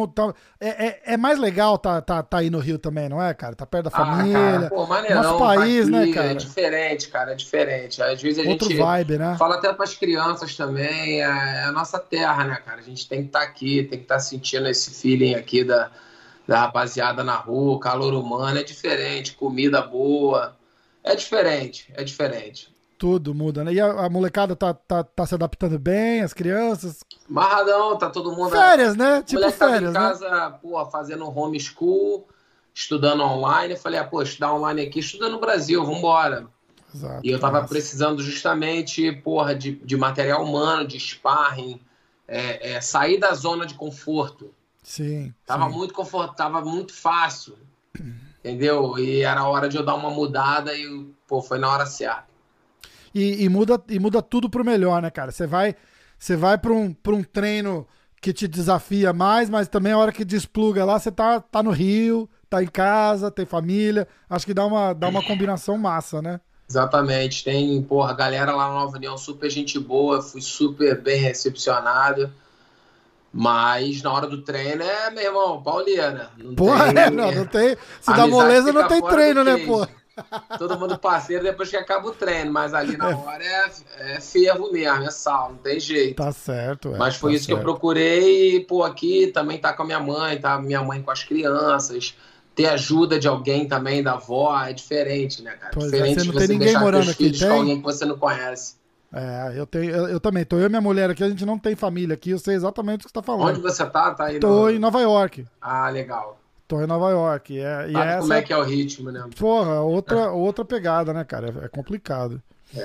é mais legal tá aí no Rio também, não é, cara? Tá perto da família. Cara, pô, maneirão, nosso país, aqui, né, cara? É diferente, cara, é diferente. Às vezes a Outro gente vibe, né? fala até pras crianças também, é a nossa terra, né, cara? A gente tem que estar aqui, tem que estar sentindo esse feeling aqui da rapaziada na rua, calor humano, é diferente, comida boa, é diferente. Tudo muda, né? E a molecada tá se adaptando bem, as crianças. Marradão, tá todo mundo... Férias, né? Tipo moleque férias, tava em casa, né? Pô, fazendo homeschool, estudando online. Eu falei, pô, estudar online aqui, estuda no Brasil, vambora. Exato. E eu tava precisando justamente, porra, de material humano, de sparring, sair da zona de conforto. Sim. Tava muito confortável, tava muito fácil, entendeu? E era a hora de eu dar uma mudada e, pô, foi na hora certa. E muda tudo pro melhor, né, cara? Você vai pra um treino que te desafia mais, mas também a hora que despluga lá, você tá no Rio, tá em casa, tem família. Acho que dá uma combinação massa, né? Exatamente. Tem, porra, galera lá na Nova União, super gente boa, fui super bem recepcionado. Mas na hora do treino meu irmão, pauleira. Não tem. Se dá moleza, não tem treino, né, pô? Todo mundo parceiro depois que acaba o treino, mas ali na hora é fervo mesmo, é sal, não tem jeito. Tá certo, Mas foi isso que eu procurei, e, pô, aqui também tá com a minha mãe com as crianças, ter ajuda de alguém também, da avó, é diferente, né, cara? Diferente de você deixar teus filhos com alguém que você não conhece. Eu também. Tô eu e minha mulher aqui, a gente não tem família aqui, eu sei exatamente o que você tá falando. Onde você tá? Tá aí Tô em Nova York. Ah, legal. Tô em Nova York. Como é que é o ritmo, né? Porra, outra pegada, né, cara? É complicado.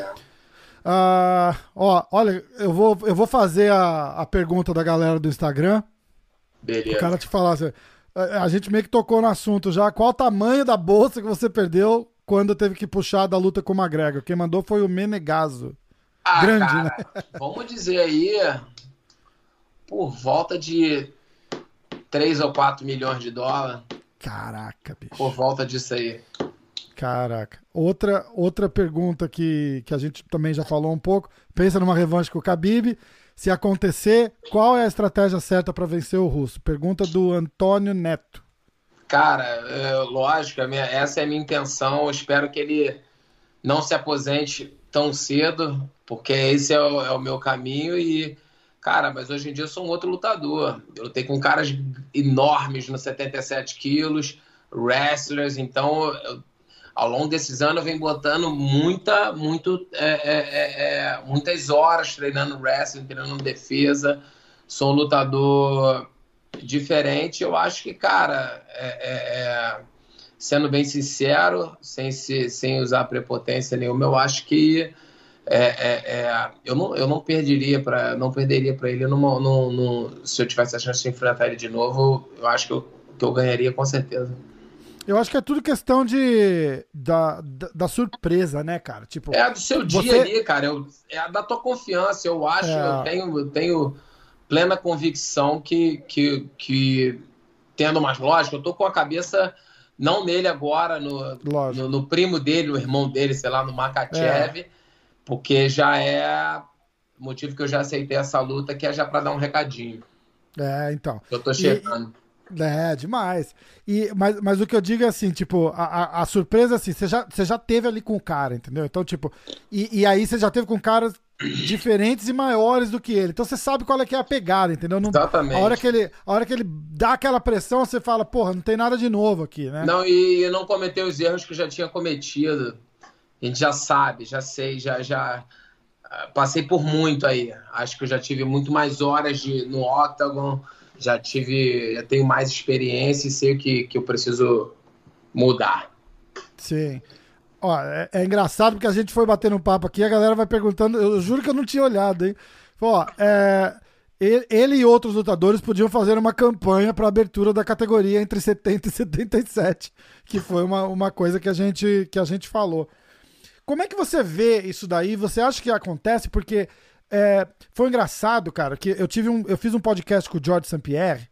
Olha, eu vou fazer a pergunta da galera do Instagram. Beleza. O cara te falar assim, a gente meio que tocou no assunto já. Qual o tamanho da bolsa que você perdeu quando teve que puxar da luta com o McGregor? Quem mandou foi o Menegaso. Grande, cara, né? vamos dizer aí, por volta de 3 ou 4 milhões de dólares. Caraca, bicho. Por volta disso aí. Caraca. Outra pergunta que a gente também já falou um pouco. Pensa numa revanche com o Khabib. Se acontecer, qual é a estratégia certa para vencer o russo? Pergunta do Antônio Neto. Cara, lógico, essa é a minha intenção. Eu espero que ele não se aposente tão cedo, porque esse é o meu caminho. E, cara, mas hoje em dia eu sou um outro lutador. Eu lutei com caras enormes nos 77 quilos, wrestlers. Então, ao longo desses anos, eu venho botando muitas horas treinando wrestling, treinando defesa. Sou um lutador diferente. Eu acho que, cara, sendo bem sincero, sem usar prepotência nenhuma, eu acho que eu não perderia para ele se eu tivesse a chance de enfrentar ele de novo. Eu acho que eu ganharia com certeza. Eu acho que é tudo questão da surpresa, né, cara? Tipo, do seu dia ali, cara. É da tua confiança. Eu acho, eu tenho plena convicção que tendo mais lógico, eu tô com a cabeça não nele agora, no primo dele, o irmão dele, sei lá, no Makhachev, porque já é motivo que eu já aceitei essa luta, que é já para dar um recadinho. Então. Eu tô chegando. Demais. Mas o que eu digo é assim, tipo, a surpresa, assim, você já teve ali com o cara, entendeu? Então, tipo, e aí você já teve com caras diferentes e maiores do que ele. Então você sabe qual é que é a pegada, entendeu? Exatamente. A hora que ele dá aquela pressão, você fala, porra, não tem nada de novo aqui, né? Não, e não cometeu os erros que eu já tinha cometido. A gente já sabe, já sei, já passei por muito aí. Acho que eu já tive muito mais horas no Octagon. Já tenho mais experiência e sei que eu preciso mudar. Sim. Ó, é engraçado porque a gente foi batendo um papo aqui, a galera vai perguntando, eu juro que eu não tinha olhado, hein? Ó, ele e outros lutadores podiam fazer uma campanha para abertura da categoria entre 70 e 77, que foi uma coisa que a gente falou. Como é que você vê isso daí? Você acha que acontece? Porque foi engraçado, cara, que eu fiz um podcast com o George St. Pierre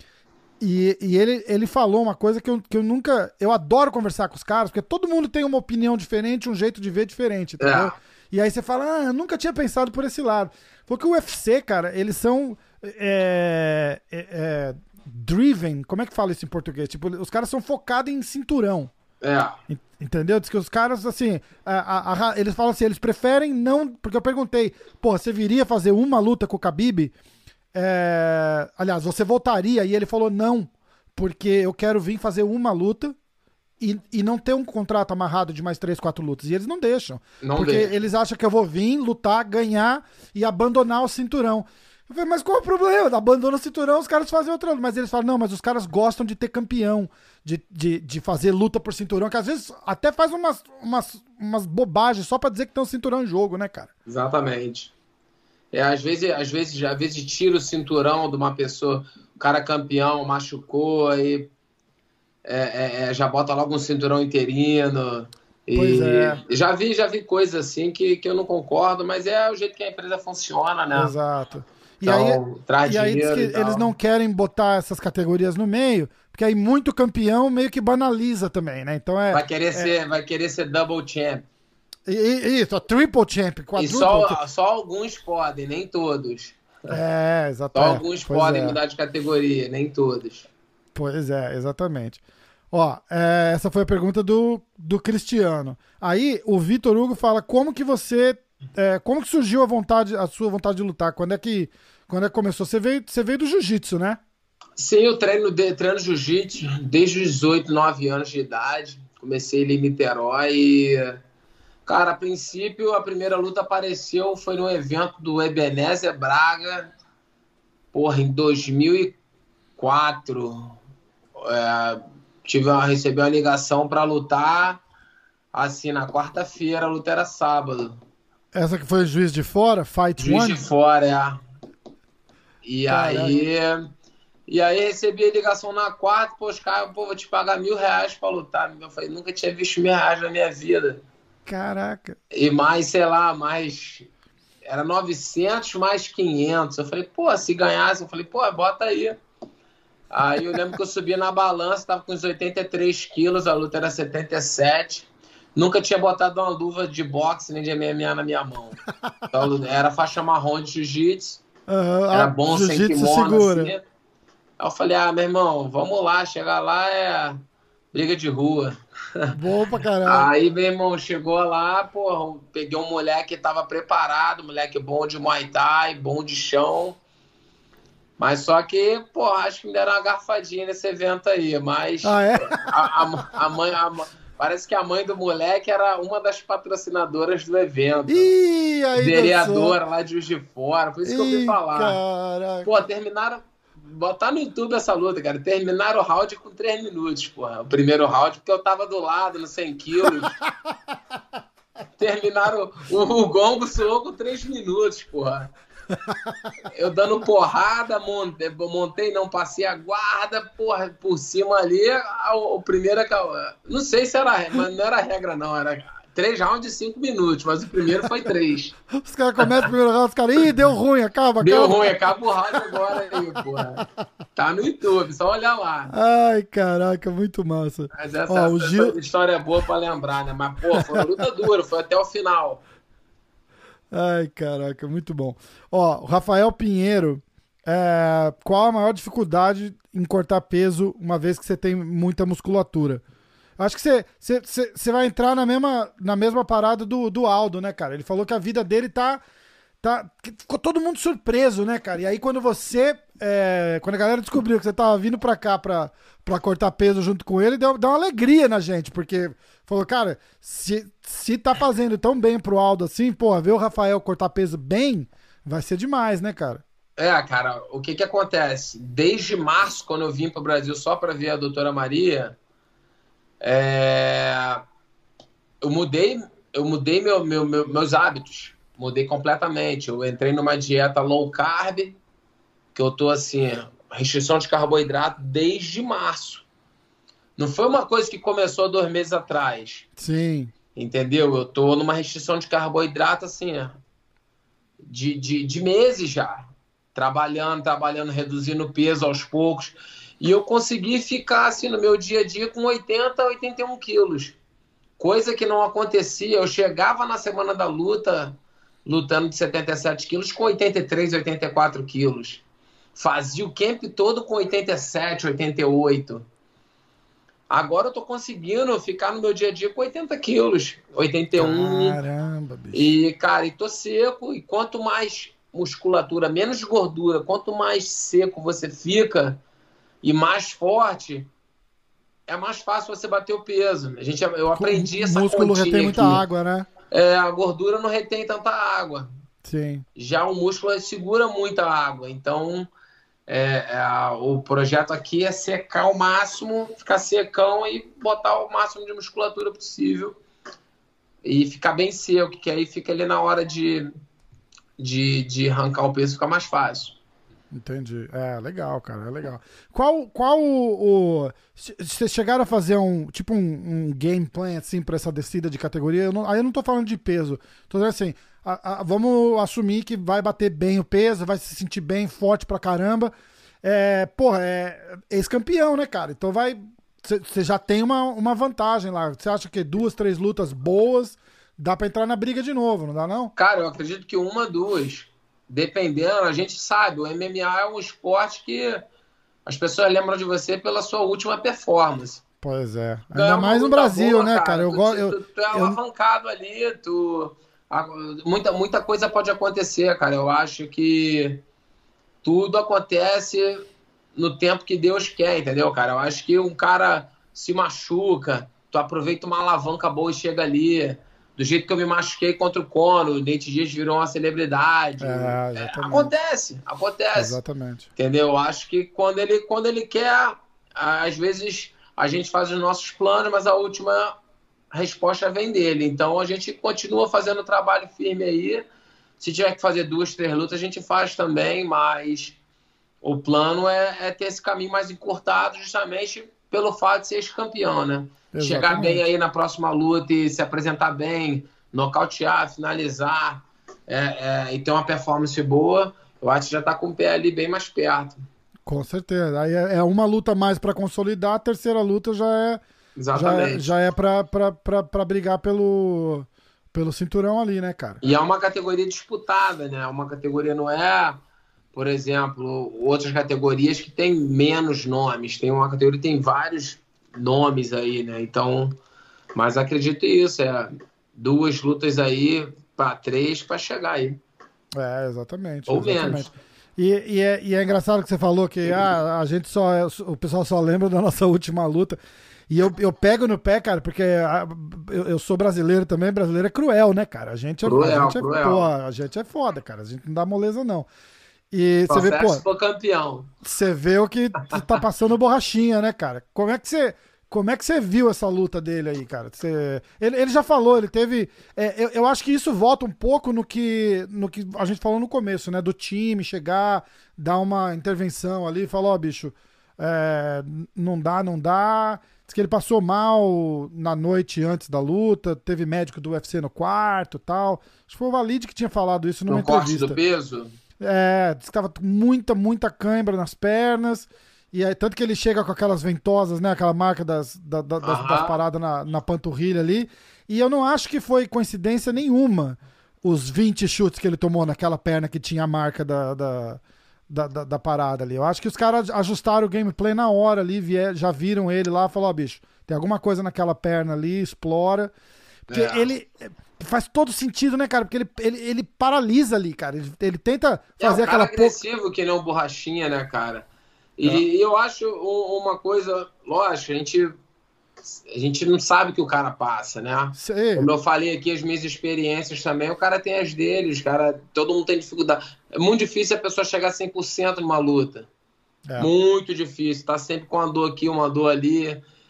e ele falou uma coisa que eu nunca... Eu adoro conversar com os caras, porque todo mundo tem uma opinião diferente, um jeito de ver diferente, entendeu? E aí você fala, eu nunca tinha pensado por esse lado. Porque o UFC, cara, eles são driven, como é que fala isso em português? Tipo, os caras são focados em cinturão. Entendeu? Diz que os caras, assim, eles falam assim, eles preferem não... Porque eu perguntei, porra, você viria fazer uma luta com o Khabib? Aliás, você voltaria? E ele falou, não, porque eu quero vir fazer uma luta e não ter um contrato amarrado de mais 3, 4 lutas. E eles não deixam. Porque eles acham que eu vou vir, lutar, ganhar e abandonar o cinturão. Eu falei, mas qual é o problema? Abandona o cinturão, os caras fazem outra luta. Mas eles falam, não, mas os caras gostam de ter campeão, de fazer luta por cinturão, que às vezes até faz umas bobagens só pra dizer que tem um cinturão em jogo, né, cara? Exatamente. Às vezes tira o cinturão de uma pessoa, o cara campeão, machucou, aí já bota logo um cinturão interino. Pois é. Já vi coisas assim que eu não concordo, mas é o jeito que a empresa funciona, né? Exato. Então, e aí diz que eles não querem botar essas categorias no meio, porque aí muito campeão meio que banaliza também, né? Então vai querer ser double champ. Isso, triple champ, quadruple. E só alguns podem, nem todos. Exatamente. Só alguns podem mudar de categoria, nem todos. Pois é, exatamente. Ó, essa foi a pergunta do Cristiano. Aí o Vitor Hugo fala como que surgiu a sua vontade de lutar? Quando é que começou? Você veio do jiu-jitsu, né? Sim, eu treino jiu-jitsu desde os 18, 9 anos de idade. Comecei ali em Niterói e, cara, a princípio a primeira luta foi no evento do Ebenezer Braga, em 2004. Recebi uma ligação para lutar, assim, na quarta-feira, a luta era sábado. Essa que foi Juiz de Fora? Fight Juiz One? de Fora, E E aí recebi a ligação na quarta, pô, os caras, pô, vou te pagar R$ 1.000 pra lutar. Eu falei, nunca tinha visto R$ 1.000 na minha vida. Caraca. E mais, sei lá, mais... Era 900 mais 500. Eu falei, pô, se ganhasse, eu falei, pô, bota aí. Aí eu lembro que eu subi na balança, tava com uns 83 quilos, a luta era 77. Nunca tinha botado uma luva de boxe nem de MMA na minha mão. Então, era faixa marrom de jiu-jitsu. Era bom sem jiu-jitsu kimono, segura. assim. Aí eu falei, meu irmão, vamos lá, chegar lá é briga de rua. Bom pra caralho. Aí, meu irmão, chegou lá, porra, peguei um moleque que tava preparado, moleque bom de Muay Thai, bom de chão. Mas só que, porra, acho que me deram uma garfadinha nesse evento aí. Mas É? parece que a mãe do moleque era uma das patrocinadoras do evento. Ih, aí Vereadora lá de Juiz de Fora, por isso que eu ouvi falar. Caraca. Pô, terminaram... Botar no YouTube essa luta, cara. Terminaram o round com 3 minutos, porra. O primeiro round, porque eu tava do lado, no 100 quilos. Terminaram... O gongo soou com 3 minutos, porra. Eu dando porrada, montei, não passei a guarda, porra, por cima ali, o primeiro, não sei se era, mas não era regra não, era 3 rounds de 5 minutos, mas o primeiro foi 3. Os caras começam o primeiro round, os caras, ih, deu ruim, acaba. Deu ruim, acaba o round agora aí, porra. Tá no YouTube, só olhar lá. Ai, caraca, muito massa. Mas essa história é boa pra lembrar, né? Mas, pô, foi uma luta dura, foi até o final. Ai, caraca, muito bom. Ó, o Rafael Pinheiro, qual a maior dificuldade em cortar peso uma vez que você tem muita musculatura? Acho que você vai entrar na mesma parada do Aldo, né, cara? Ele falou que a vida dele ficou todo mundo surpreso, né, cara? E aí quando quando a galera descobriu que você tava vindo pra cá pra cortar peso junto com ele, deu uma alegria na gente, porque falou, cara, se tá fazendo tão bem pro Aldo assim, porra, ver o Rafael cortar peso bem, vai ser demais, né, cara? Cara, o que que acontece? Desde março, quando eu vim pro Brasil só pra ver a doutora Maria, eu mudei meus hábitos. Mudei completamente. Eu entrei numa dieta low carb, que eu tô assim, restrição de carboidrato desde março. Não foi uma coisa que começou 2 meses atrás. Sim. Entendeu? Eu tô numa restrição de carboidrato assim, de meses já. Trabalhando, reduzindo o peso aos poucos. E eu consegui ficar assim no meu dia a dia com 80, 81 quilos. Coisa que não acontecia. Eu chegava na semana da luta, lutando de 77 quilos, com 83, 84 quilos. Fazia o camp todo com 87, 88. Agora eu tô conseguindo ficar no meu dia a dia com 80 quilos, 81. Caramba, bicho. E, cara, tô seco. E quanto mais musculatura, menos gordura, quanto mais seco você fica e mais forte, é mais fácil você bater o peso. Eu aprendi essa continha. O músculo retém muita água, né? A gordura não retém tanta água. Sim. Já o músculo segura muita água. Então, o projeto aqui é secar o máximo, ficar secão e botar o máximo de musculatura possível. E ficar bem seco, que aí fica ali na hora de arrancar o peso, fica mais fácil. Entendi. Legal, cara, legal. Qual vocês chegaram a fazer um game plan assim pra essa descida de categoria? Aí eu não tô falando de peso. Tô dizendo assim, vamos assumir que vai bater bem o peso, vai se sentir bem, forte pra caramba. Ex-campeão, né, cara? Então você já tem uma vantagem lá. Você acha que 2, 3 lutas boas dá pra entrar na briga de novo, não dá não? Cara, eu acredito que 1, 2... Dependendo, a gente sabe, o MMA é um esporte que as pessoas lembram de você pela sua última performance. Pois é. Ainda mais no Brasil, boa, né, cara? Tu é alavancado ali, muita coisa pode acontecer, cara. Eu acho que tudo acontece no tempo que Deus quer, entendeu, cara? Eu acho que um cara se machuca, tu aproveita uma alavanca boa e chega ali. Do jeito que eu me machuquei contra o Conor, o Nate Diaz virou uma celebridade. Acontece. Exatamente. Entendeu? Eu acho que quando ele quer, às vezes a gente faz os nossos planos, mas a última resposta vem dele. Então a gente continua fazendo o trabalho firme aí. Se tiver que fazer 2, 3 lutas, a gente faz também, mas o plano é ter esse caminho mais encurtado, justamente pelo fato de ser ex-campeão, né? Chegar bem Exatamente. aí na próxima luta e se apresentar bem, nocautear, finalizar, e ter uma performance boa, eu acho que já tá com o pé ali bem mais perto. Com certeza. Aí é uma luta mais pra consolidar, a terceira luta já Exatamente. é pra brigar pelo cinturão ali, né, cara? E é uma categoria disputada, né? Uma categoria não é, por exemplo, outras categorias que tem menos nomes. Tem uma categoria que tem vários nomes aí, né? Então, mas acredito isso, duas lutas aí para três para chegar aí, Exatamente, ou menos. exatamente. E é engraçado que você falou que a gente o pessoal só lembra da nossa última luta. E eu pego no pé, cara, porque eu sou brasileiro também, brasileiro é cruel, né, cara? Cruel, cruel. Pô, a gente é foda, cara. A gente não dá moleza, não. E Só você vê, serve pô, se for campeão. você vê o que tá passando borrachinha, né, cara? Como é que você viu essa luta dele aí, cara? Ele já falou, ele teve. Eu acho que isso volta um pouco no que a gente falou no começo, né? Do time chegar, dar uma intervenção ali, falar, ó, bicho, não dá, não dá. Diz que ele passou mal na noite antes da luta, teve médico do UFC no quarto e tal. Acho que foi o Valide que tinha falado isso numa No corte do entrevista. peso? Diz que tava com muita cãibra nas pernas. E aí, tanto que ele chega com aquelas ventosas, né? Aquela marca das Aham. paradas na panturrilha ali. E eu não acho que foi coincidência nenhuma os 20 chutes que ele tomou naquela perna que tinha a marca da parada ali. Eu acho que os caras ajustaram o gameplay na hora ali, já viram ele lá e falaram, ó, bicho, tem alguma coisa naquela perna ali, explora. Porque É. ele faz todo sentido, né, cara? Porque ele paralisa ali, cara. Ele tenta É um fazer cara aquela pouca. agressivo que nem o Borrachinha, né, cara? E eu acho uma coisa, lógico, a gente não sabe o que o cara passa, né? É, Como eu falei aqui, as minhas experiências também, o cara tem as dele, todo mundo tem dificuldade. É muito difícil a pessoa chegar a 100% numa luta. é, Muito difícil. Tá sempre com uma dor aqui, uma dor ali.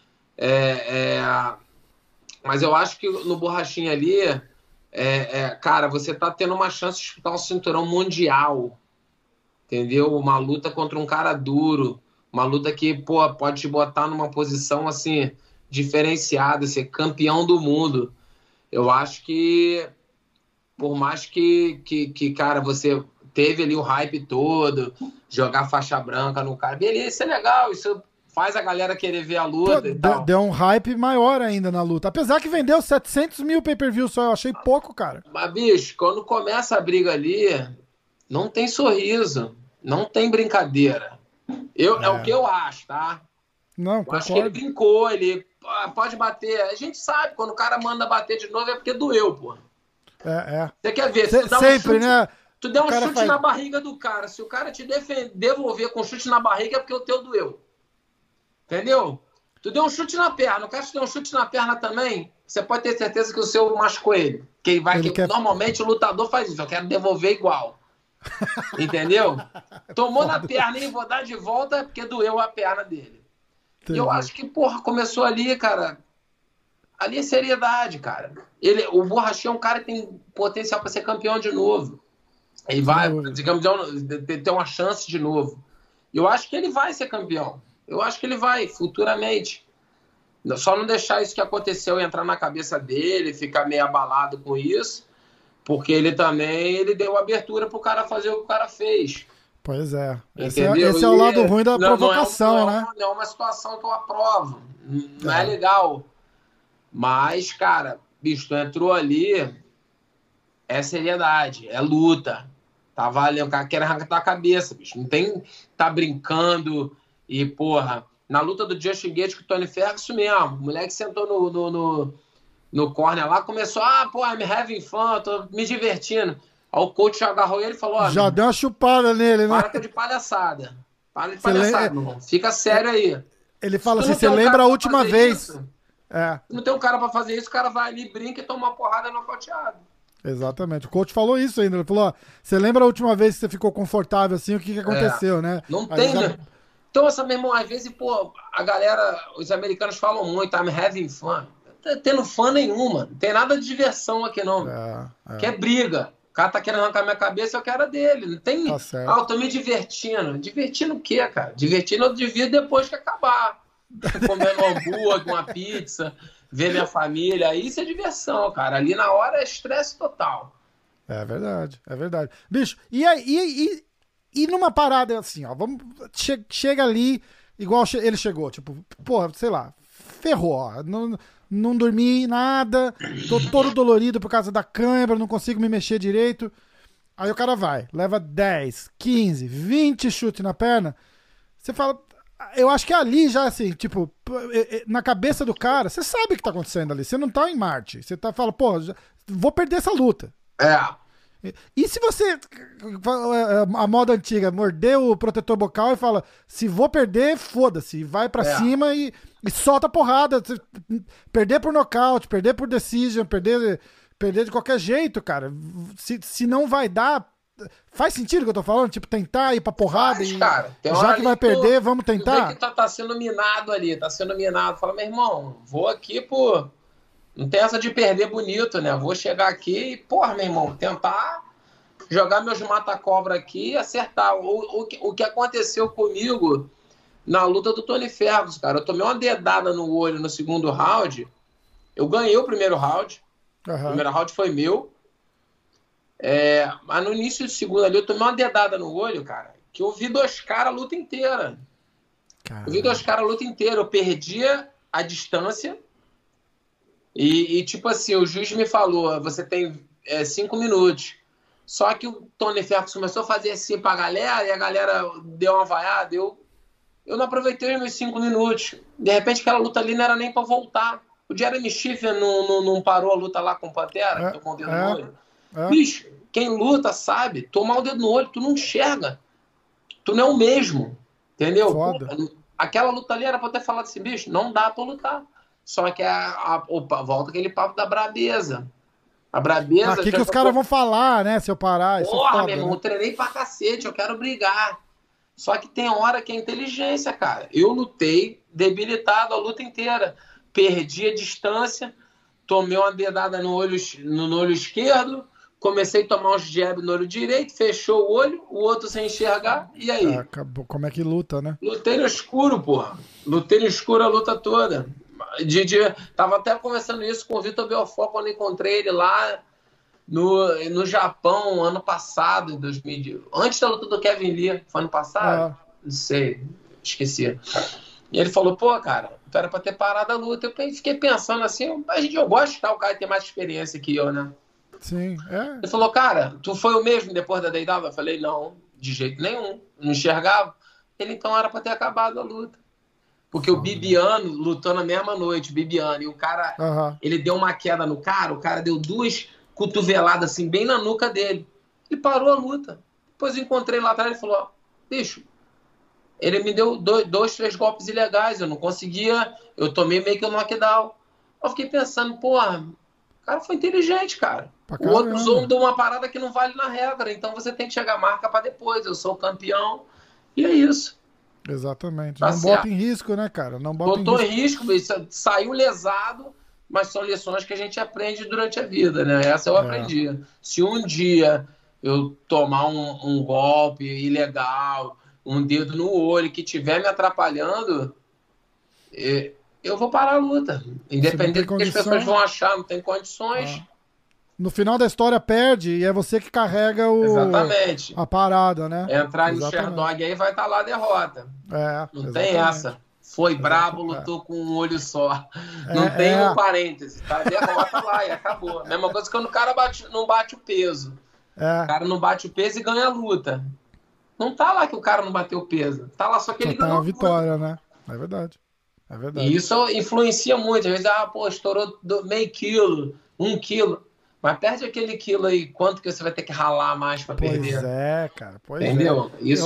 É, é, Mas eu acho que no Borrachinha ali, cara, você tá tendo uma chance de disputar um cinturão mundial, entendeu? Uma luta contra um cara duro, uma luta que, pô, pode te botar numa posição assim diferenciada, ser campeão do mundo. Eu acho que por mais que cara, você teve ali o hype todo, jogar faixa branca no cara, beleza, isso é legal, isso faz a galera querer ver a pô, luta e tal. deu um hype maior ainda na luta. Apesar que vendeu 700 mil pay-per-view só, eu achei pouco, cara. Mas, bicho, quando começa a briga ali, não tem sorriso, não tem brincadeira. É o que É, eu acho, tá? não, Eu acho que ele concordo. brincou, ele pode bater. A gente sabe, quando o cara manda bater de novo é porque doeu, pô. É. Você quer ver, se tu dá um Sempre, chute, né? tu der O um cara chute faz. na barriga do cara, se o cara te devolver com chute na barriga é porque o teu doeu. Entendeu? Tu deu um chute na perna, o cara te deu um chute na perna também, você pode ter certeza que o seu machucou ele. Ele quer. Normalmente o lutador faz isso, eu quero devolver igual. Entendeu? Tomou na Foda. perna e vou dar de volta é porque doeu a perna dele. E eu Entendi. acho que, porra, começou ali, cara. Ali é seriedade, cara. O Borrachinha é um cara que tem potencial para ser campeão de novo. Ele Sem vai, dúvida. digamos, ter uma chance de novo. Eu acho que ele vai ser campeão. Eu acho que ele vai, futuramente. Só não deixar isso que aconteceu entrar na cabeça dele, ficar meio abalado com isso, porque ele deu abertura pro cara fazer o que o cara fez. Pois é. Entendeu? Esse é o lado ruim da Não, provocação, né? não é uma situação que eu aprovo. Não é É. legal. Mas, cara, bicho, tu entrou ali, é seriedade, é luta. Tá valendo, o cara quer arrancar tua cabeça, bicho. Não tem tá brincando e, porra, na luta do Justin Gaethje com o Tony Ferguson mesmo, o moleque sentou no corner lá, começou, pô, I'm having fun, tô me divertindo. Aí o coach agarrou ele e falou, ó, Já deu uma chupada nele, né? para de palhaçada. Para de Você le- palhaçada, meu irmão. Fica sério aí. Ele Se fala tu assim: não você tem um lembra cara a pra última fazer vez? isso, É, não tem um cara pra fazer isso, o cara vai ali, brinca e toma uma porrada nocauteado. exatamente. O coach falou isso ainda. Ele falou: ó, você lembra a última vez que você ficou confortável assim? O que aconteceu, né? Não Aí tem, já. né? Então, essa, meu irmão, às vezes, pô, a galera, os americanos falam muito, I'm having fun. Não tá tendo fã nenhuma. Não tem nada de diversão aqui, não. É, Que é briga. cara tá querendo arrancar minha cabeça, eu quero a dele. Não tem. Tá certo. Eu tô me divertindo. Divertindo o quê, cara? Divertindo eu divido depois que acabar. Comendo um hambúrguer, uma pizza, ver minha família. Isso é diversão, cara. Ali na hora é estresse total. É verdade, é verdade. Bicho, e numa parada assim, ó, chega ali, igual ele chegou, tipo, pô, sei lá, ferrou, ó, não dormi nada, tô todo dolorido por causa da câimbra, não consigo me mexer direito. Aí o cara vai, leva 10, 15, 20 chutes na perna, você fala, eu acho que ali já assim, tipo, na cabeça do cara, você sabe o que tá acontecendo ali, você não tá em Marte, você fala, pô, vou perder essa luta. E se você, a moda antiga, morder o protetor bucal e fala, se vou perder, foda-se, vai pra cima e solta a porrada, perder por nocaute, perder por decision, perder de qualquer jeito, cara, se não vai dar, faz sentido o que eu tô falando? Tipo, tentar ir pra porrada Faz, cara. Já que vai perder, vamos tentar? Tu vê que tá sendo minado ali, tá sendo minado, fala, meu irmão, vou aqui por... Não tem essa de perder bonito, né? Vou chegar aqui e, porra, meu irmão, tentar jogar meus mata-cobra aqui e acertar. O que aconteceu comigo na luta do Tony Ferguson, cara. Eu tomei uma dedada no olho no segundo round. Eu ganhei o primeiro round. Uhum. O primeiro round foi meu. Mas no início do segundo ali, eu tomei uma dedada no olho, cara, que eu vi dois caras a luta inteira. Caramba. Eu vi dois caras a luta inteira. Eu perdia a distância. E tipo assim, o juiz me falou, você tem 5 minutos. Só que o Tony Ferguson começou a fazer assim pra galera, e a galera deu uma vaiada, eu não aproveitei os meus 5 minutos. De repente aquela luta ali não era nem pra voltar. O Jeremy Schiffer não parou a luta lá com o Pantera, que tô com o dedo no olho. Bicho, quem luta sabe, tomar o dedo no olho, tu não enxerga. Tu não é o mesmo, entendeu? Aquela luta ali era pra eu ter falado assim, bicho, não dá pra lutar. Só que volta aquele papo da brabeza. A brabeza... O que os caras vão falar, né? Se eu parar... Porra, meu irmão, eu treinei pra cacete, eu quero brigar. Só que tem hora que é inteligência, cara. Eu lutei debilitado a luta inteira. Perdi a distância, tomei uma dedada no olho esquerdo, comecei a tomar uns jabs no olho direito, fechou o olho, o outro sem enxergar, e aí? Acabou. Como é que luta, né? Lutei no escuro, porra. Lutei no escuro a luta toda. Tava até conversando isso com o Vitor Belfort quando encontrei ele lá no Japão ano passado, em 2000, antes da luta do Kevin Lee. Foi ano passado? Não sei, esqueci. E ele falou, pô, cara, tu era pra ter parado a luta. Eu fiquei pensando assim, eu gosto de o cara ter mais experiência que eu, né? Sim, Ele falou, cara, tu foi o mesmo depois da deitada? Eu falei, não, de jeito nenhum, não enxergava. Ele, então, era pra ter acabado a luta. Porque o Bibiano lutou na mesma noite, o Bibiano, e o cara, ele deu uma queda no cara, o cara deu 2 cotoveladas assim, bem na nuca dele. E parou a luta. Depois eu encontrei lá atrás e falou, ó, bicho, ele me deu 2, 3 golpes ilegais, eu não conseguia, eu tomei meio que um knockdown. Eu fiquei pensando, porra, o cara foi inteligente, cara. O outro usou de uma parada que não vale na regra, então você tem que chegar a marca pra depois, eu sou o campeão, e é isso. Exatamente. Tá, não bota em risco, né, cara? Não botou em risco, saiu lesado, mas são lições que a gente aprende durante a vida, né? Essa eu aprendi. Se um dia eu tomar um golpe ilegal, um dedo no olho que estiver me atrapalhando, eu vou parar a luta. Independente do que as pessoas vão achar, não tem condições. No final da história perde e é você que carrega a parada, né? Entrar no Sherdog aí vai estar lá a derrota. Não tem essa. Foi brabo, lutou com um olho só. Não tem um parêntese, tá? Derrota lá e acabou. A mesma coisa que quando o cara não bate o peso. O cara não bate o peso e ganha a luta. Não tá lá que o cara não bateu o peso. Tá lá só que ele ganhou a vitória, né? É verdade. É verdade. E isso influencia muito. Às vezes, estourou meio quilo, 1 quilo. Mas perde aquele quilo aí, quanto que você vai ter que ralar mais pra perder? Pois é, cara. Entendeu? Isso...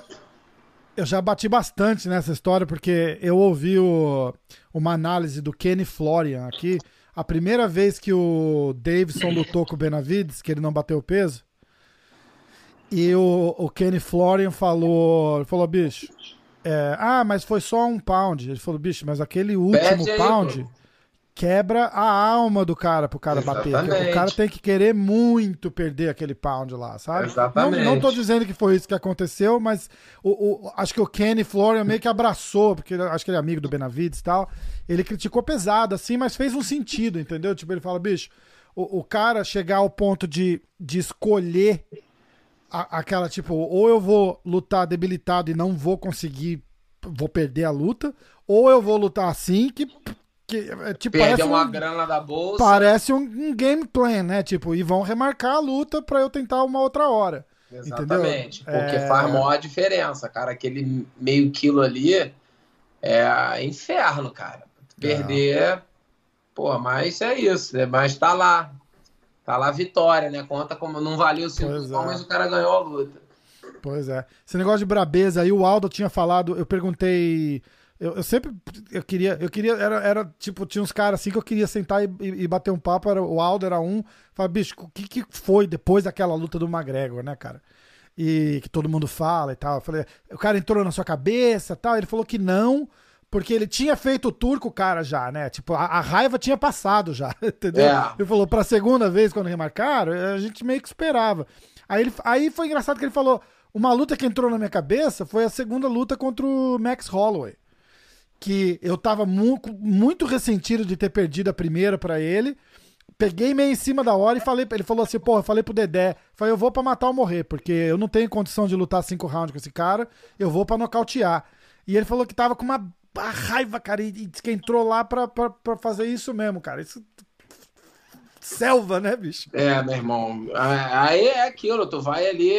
Eu já bati bastante nessa história, porque eu ouvi uma análise do Kenny Florian aqui. A primeira vez que o Davidson lutou com o Benavidez, que ele não bateu o peso, e o Kenny Florian falou, bicho, mas foi só 1 pound. Ele falou, bicho, mas aquele último pound... quebra a alma do cara pro cara bater. O cara tem que querer muito perder aquele pound lá, sabe? Exatamente. Não tô dizendo que foi isso que aconteceu, mas acho que o Kenny Florian meio que abraçou, porque acho que ele é amigo do Benavides e tal. Ele criticou pesado, assim, mas fez um sentido, entendeu? Tipo, ele fala, bicho, o cara chegar ao ponto de escolher aquela, tipo, ou eu vou lutar debilitado e não vou conseguir, vou perder a luta, ou eu vou lutar assim que tipo, perder uma grana da bolsa. Parece um game plan, né? Tipo, e vão remarcar a luta pra eu tentar uma outra hora. Exatamente. Entendeu? Porque faz maior diferença, cara. Aquele meio quilo ali é inferno, cara. Perder, pô, mas é isso. Mas tá lá. Tá lá a vitória, né? Conta como não valeu o 5 mas o cara ganhou a luta. Pois é. Esse negócio de brabeza aí, o Aldo tinha falado, eu perguntei. Eu sempre. Eu queria. Era tipo, tinha uns caras assim que eu queria sentar e bater um papo. O Aldo era um. Falei, bicho, o que foi depois daquela luta do McGregor, né, cara? E que todo mundo fala e tal. Eu falei, o cara entrou na sua cabeça e tal. Ele falou que não, porque ele tinha feito o tour com o cara já, né? Tipo, a raiva tinha passado já, entendeu? Ele falou, pra segunda vez, quando remarcaram, a gente meio que esperava. Aí foi engraçado que ele falou, uma luta que entrou na minha cabeça foi a segunda luta contra o Max Holloway. Que eu tava muito ressentido de ter perdido a primeira pra ele. Peguei meio em cima da hora e falei, ele falou assim, pô, eu falei pro Dedé, falei, eu vou pra matar ou morrer, porque eu não tenho condição de lutar 5 rounds com esse cara, eu vou pra nocautear. E ele falou que tava com uma raiva, cara, e disse que entrou lá pra fazer isso mesmo, cara. Isso... Selva, né, bicho? Meu irmão. Aí é aquilo, tu vai ali...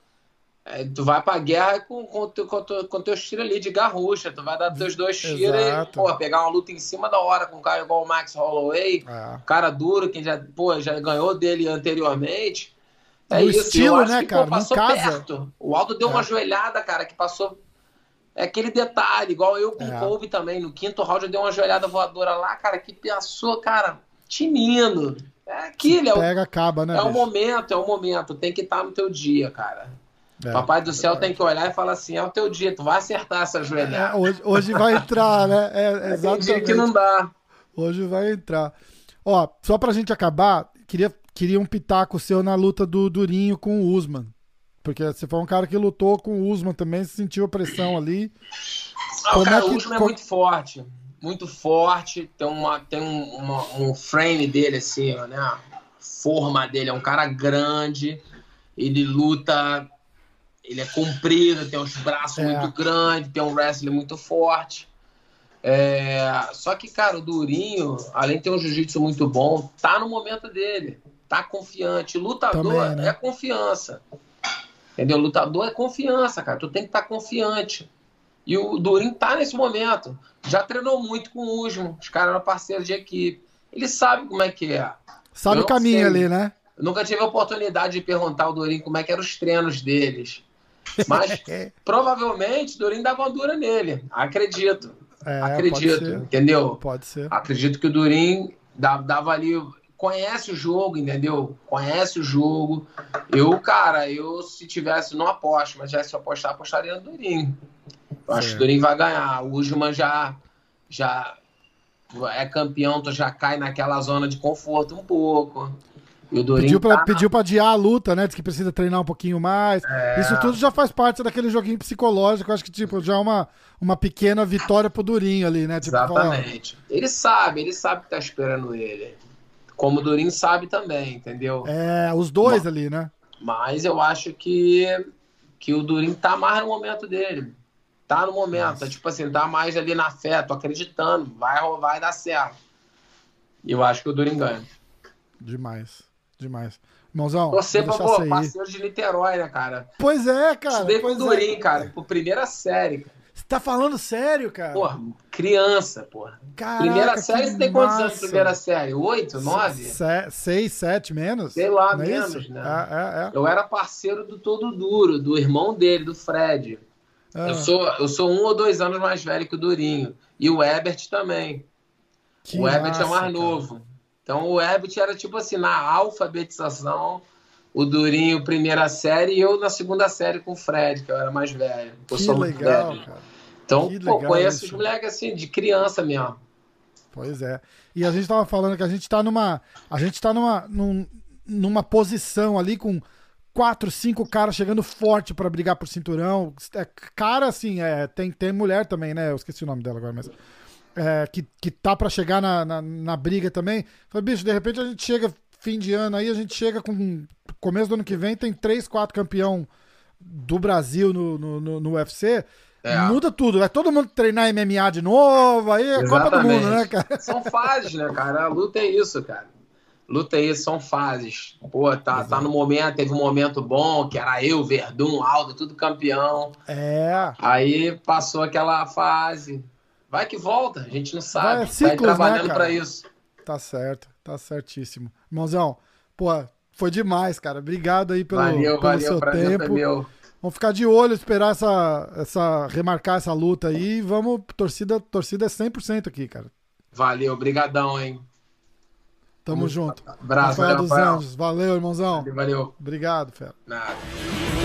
Tu vai pra guerra com teus tiros ali de garrucha. Tu vai dar teus 2 tiros e, pô, pegar uma luta em cima da hora com um cara igual o Max Holloway, cara duro, que já ganhou dele anteriormente. É isso. Estilo, né, cara? Passou perto. O Aldo deu uma joelhada, cara, que passou... É aquele detalhe, igual eu com o Colby também. No 5º round eu dei uma joelhada voadora lá, cara, que passou, cara, tinindo. É aquilo. Pega, acaba, né? É o momento. Tem que estar no teu dia, cara. Papai do céu tem que olhar e falar assim, é o teu dia, tu vai acertar essa joelhada. Hoje vai entrar, né? Exatamente. Tem dia que não dá. Hoje vai entrar. Ó, só pra gente acabar, queria um pitaco seu na luta do Durinho com o Usman. Porque você foi um cara que lutou com o Usman também, você sentiu a pressão ali. O Usman é muito forte. Muito forte. Tem um frame dele, assim, né? A forma dele é um cara grande. Ele luta... Ele é comprido, tem os braços muito grandes, tem um wrestling muito forte. Só que, cara, o Durinho, além de ter um jiu-jitsu muito bom, tá no momento dele. Tá confiante. Lutador também, né? É confiança. Entendeu? Lutador é confiança, cara. Tu tem que estar confiante. E o Durinho tá nesse momento. Já treinou muito com o Usman. Os caras eram parceiros de equipe. Ele sabe como é que é. Sabe o caminho ali, né? Eu nunca tive a oportunidade de perguntar ao Durinho como é que eram os treinos deles. Mas provavelmente o Durinho dava uma dura nele. Acredito. Acredito, entendeu? Pode ser. Acredito que o Durinho dava ali... Conhece o jogo, entendeu? Conhece o jogo. Eu se tivesse, não aposto, mas já se apostar, apostaria no Durinho. Eu acho que o Durinho vai ganhar. O Usman já é campeão, tu já cai naquela zona de conforto um pouco. E o Durinho pediu pra adiar a luta, né? Diz que precisa treinar um pouquinho mais. Isso tudo já faz parte daquele joguinho psicológico. Eu acho que, tipo, já é uma pequena vitória pro Durinho ali, né? Tipo, exatamente. Ele sabe que tá esperando ele. Como o Durinho sabe também, entendeu? Os dois ali, né? Mas eu acho que o Durinho tá mais no momento dele. Tá no momento. Tipo assim, tá mais ali na fé, tô acreditando. Vai dar certo. E eu acho que o Durinho ganha. Demais. Irmãozão, você, parceiro de Niterói, né, cara? Pois é, cara. Estudei com o Durinho, cara, por primeira série. Você tá falando sério, cara? Porra, criança, porra. Caraca, primeira série, você tem quantos anos de primeira série? 8, 9? 6, 7, menos? Sei lá, não menos, é isso? né? Eu era parceiro do Todo Duro, do irmão dele, do Fred. Eu sou 1 ou 2 anos mais velho que o Durinho. E o Herbert também. O Herbert é mais novo. Então o Herbert era tipo assim, na alfabetização, o Durinho primeira série e eu na segunda série com o Fred, que eu era mais velho. Eu sou legal, velho. Cara. Então, conheço os moleques assim, de criança mesmo. Pois é. E a gente tava falando que a gente tá numa posição ali com 4, 5 caras chegando forte pra brigar por cinturão. Cara, assim, tem mulher também, né? Eu esqueci o nome dela agora, mas que tá pra chegar na briga também. Falei, bicho, de repente a gente chega fim de ano aí, a gente chega com começo do ano que vem, tem 3, 4 campeão do Brasil no UFC. Muda tudo, vai todo mundo treinar MMA de novo, aí é Copa do Mundo, né, cara? São fases, né, cara? A luta é isso, cara. Luta é isso, são fases. Pô, tá no momento, teve um momento bom, que era eu, Verdun, Aldo, tudo campeão. Aí passou aquela fase. Vai que volta, a gente não sabe. Vai trabalhando, né, pra isso. Tá certo, tá certíssimo. Irmãozão, pô, foi demais, cara. Obrigado aí pelo seu tempo. Vamos ficar de olho, esperar remarcar essa luta aí. Vamos, torcida é 100% aqui, cara. Valeu, brigadão, hein. Tamo junto. Abraço, Rafael dos Anjos. Valeu, irmãozão. Valeu. Obrigado, fera. Nada.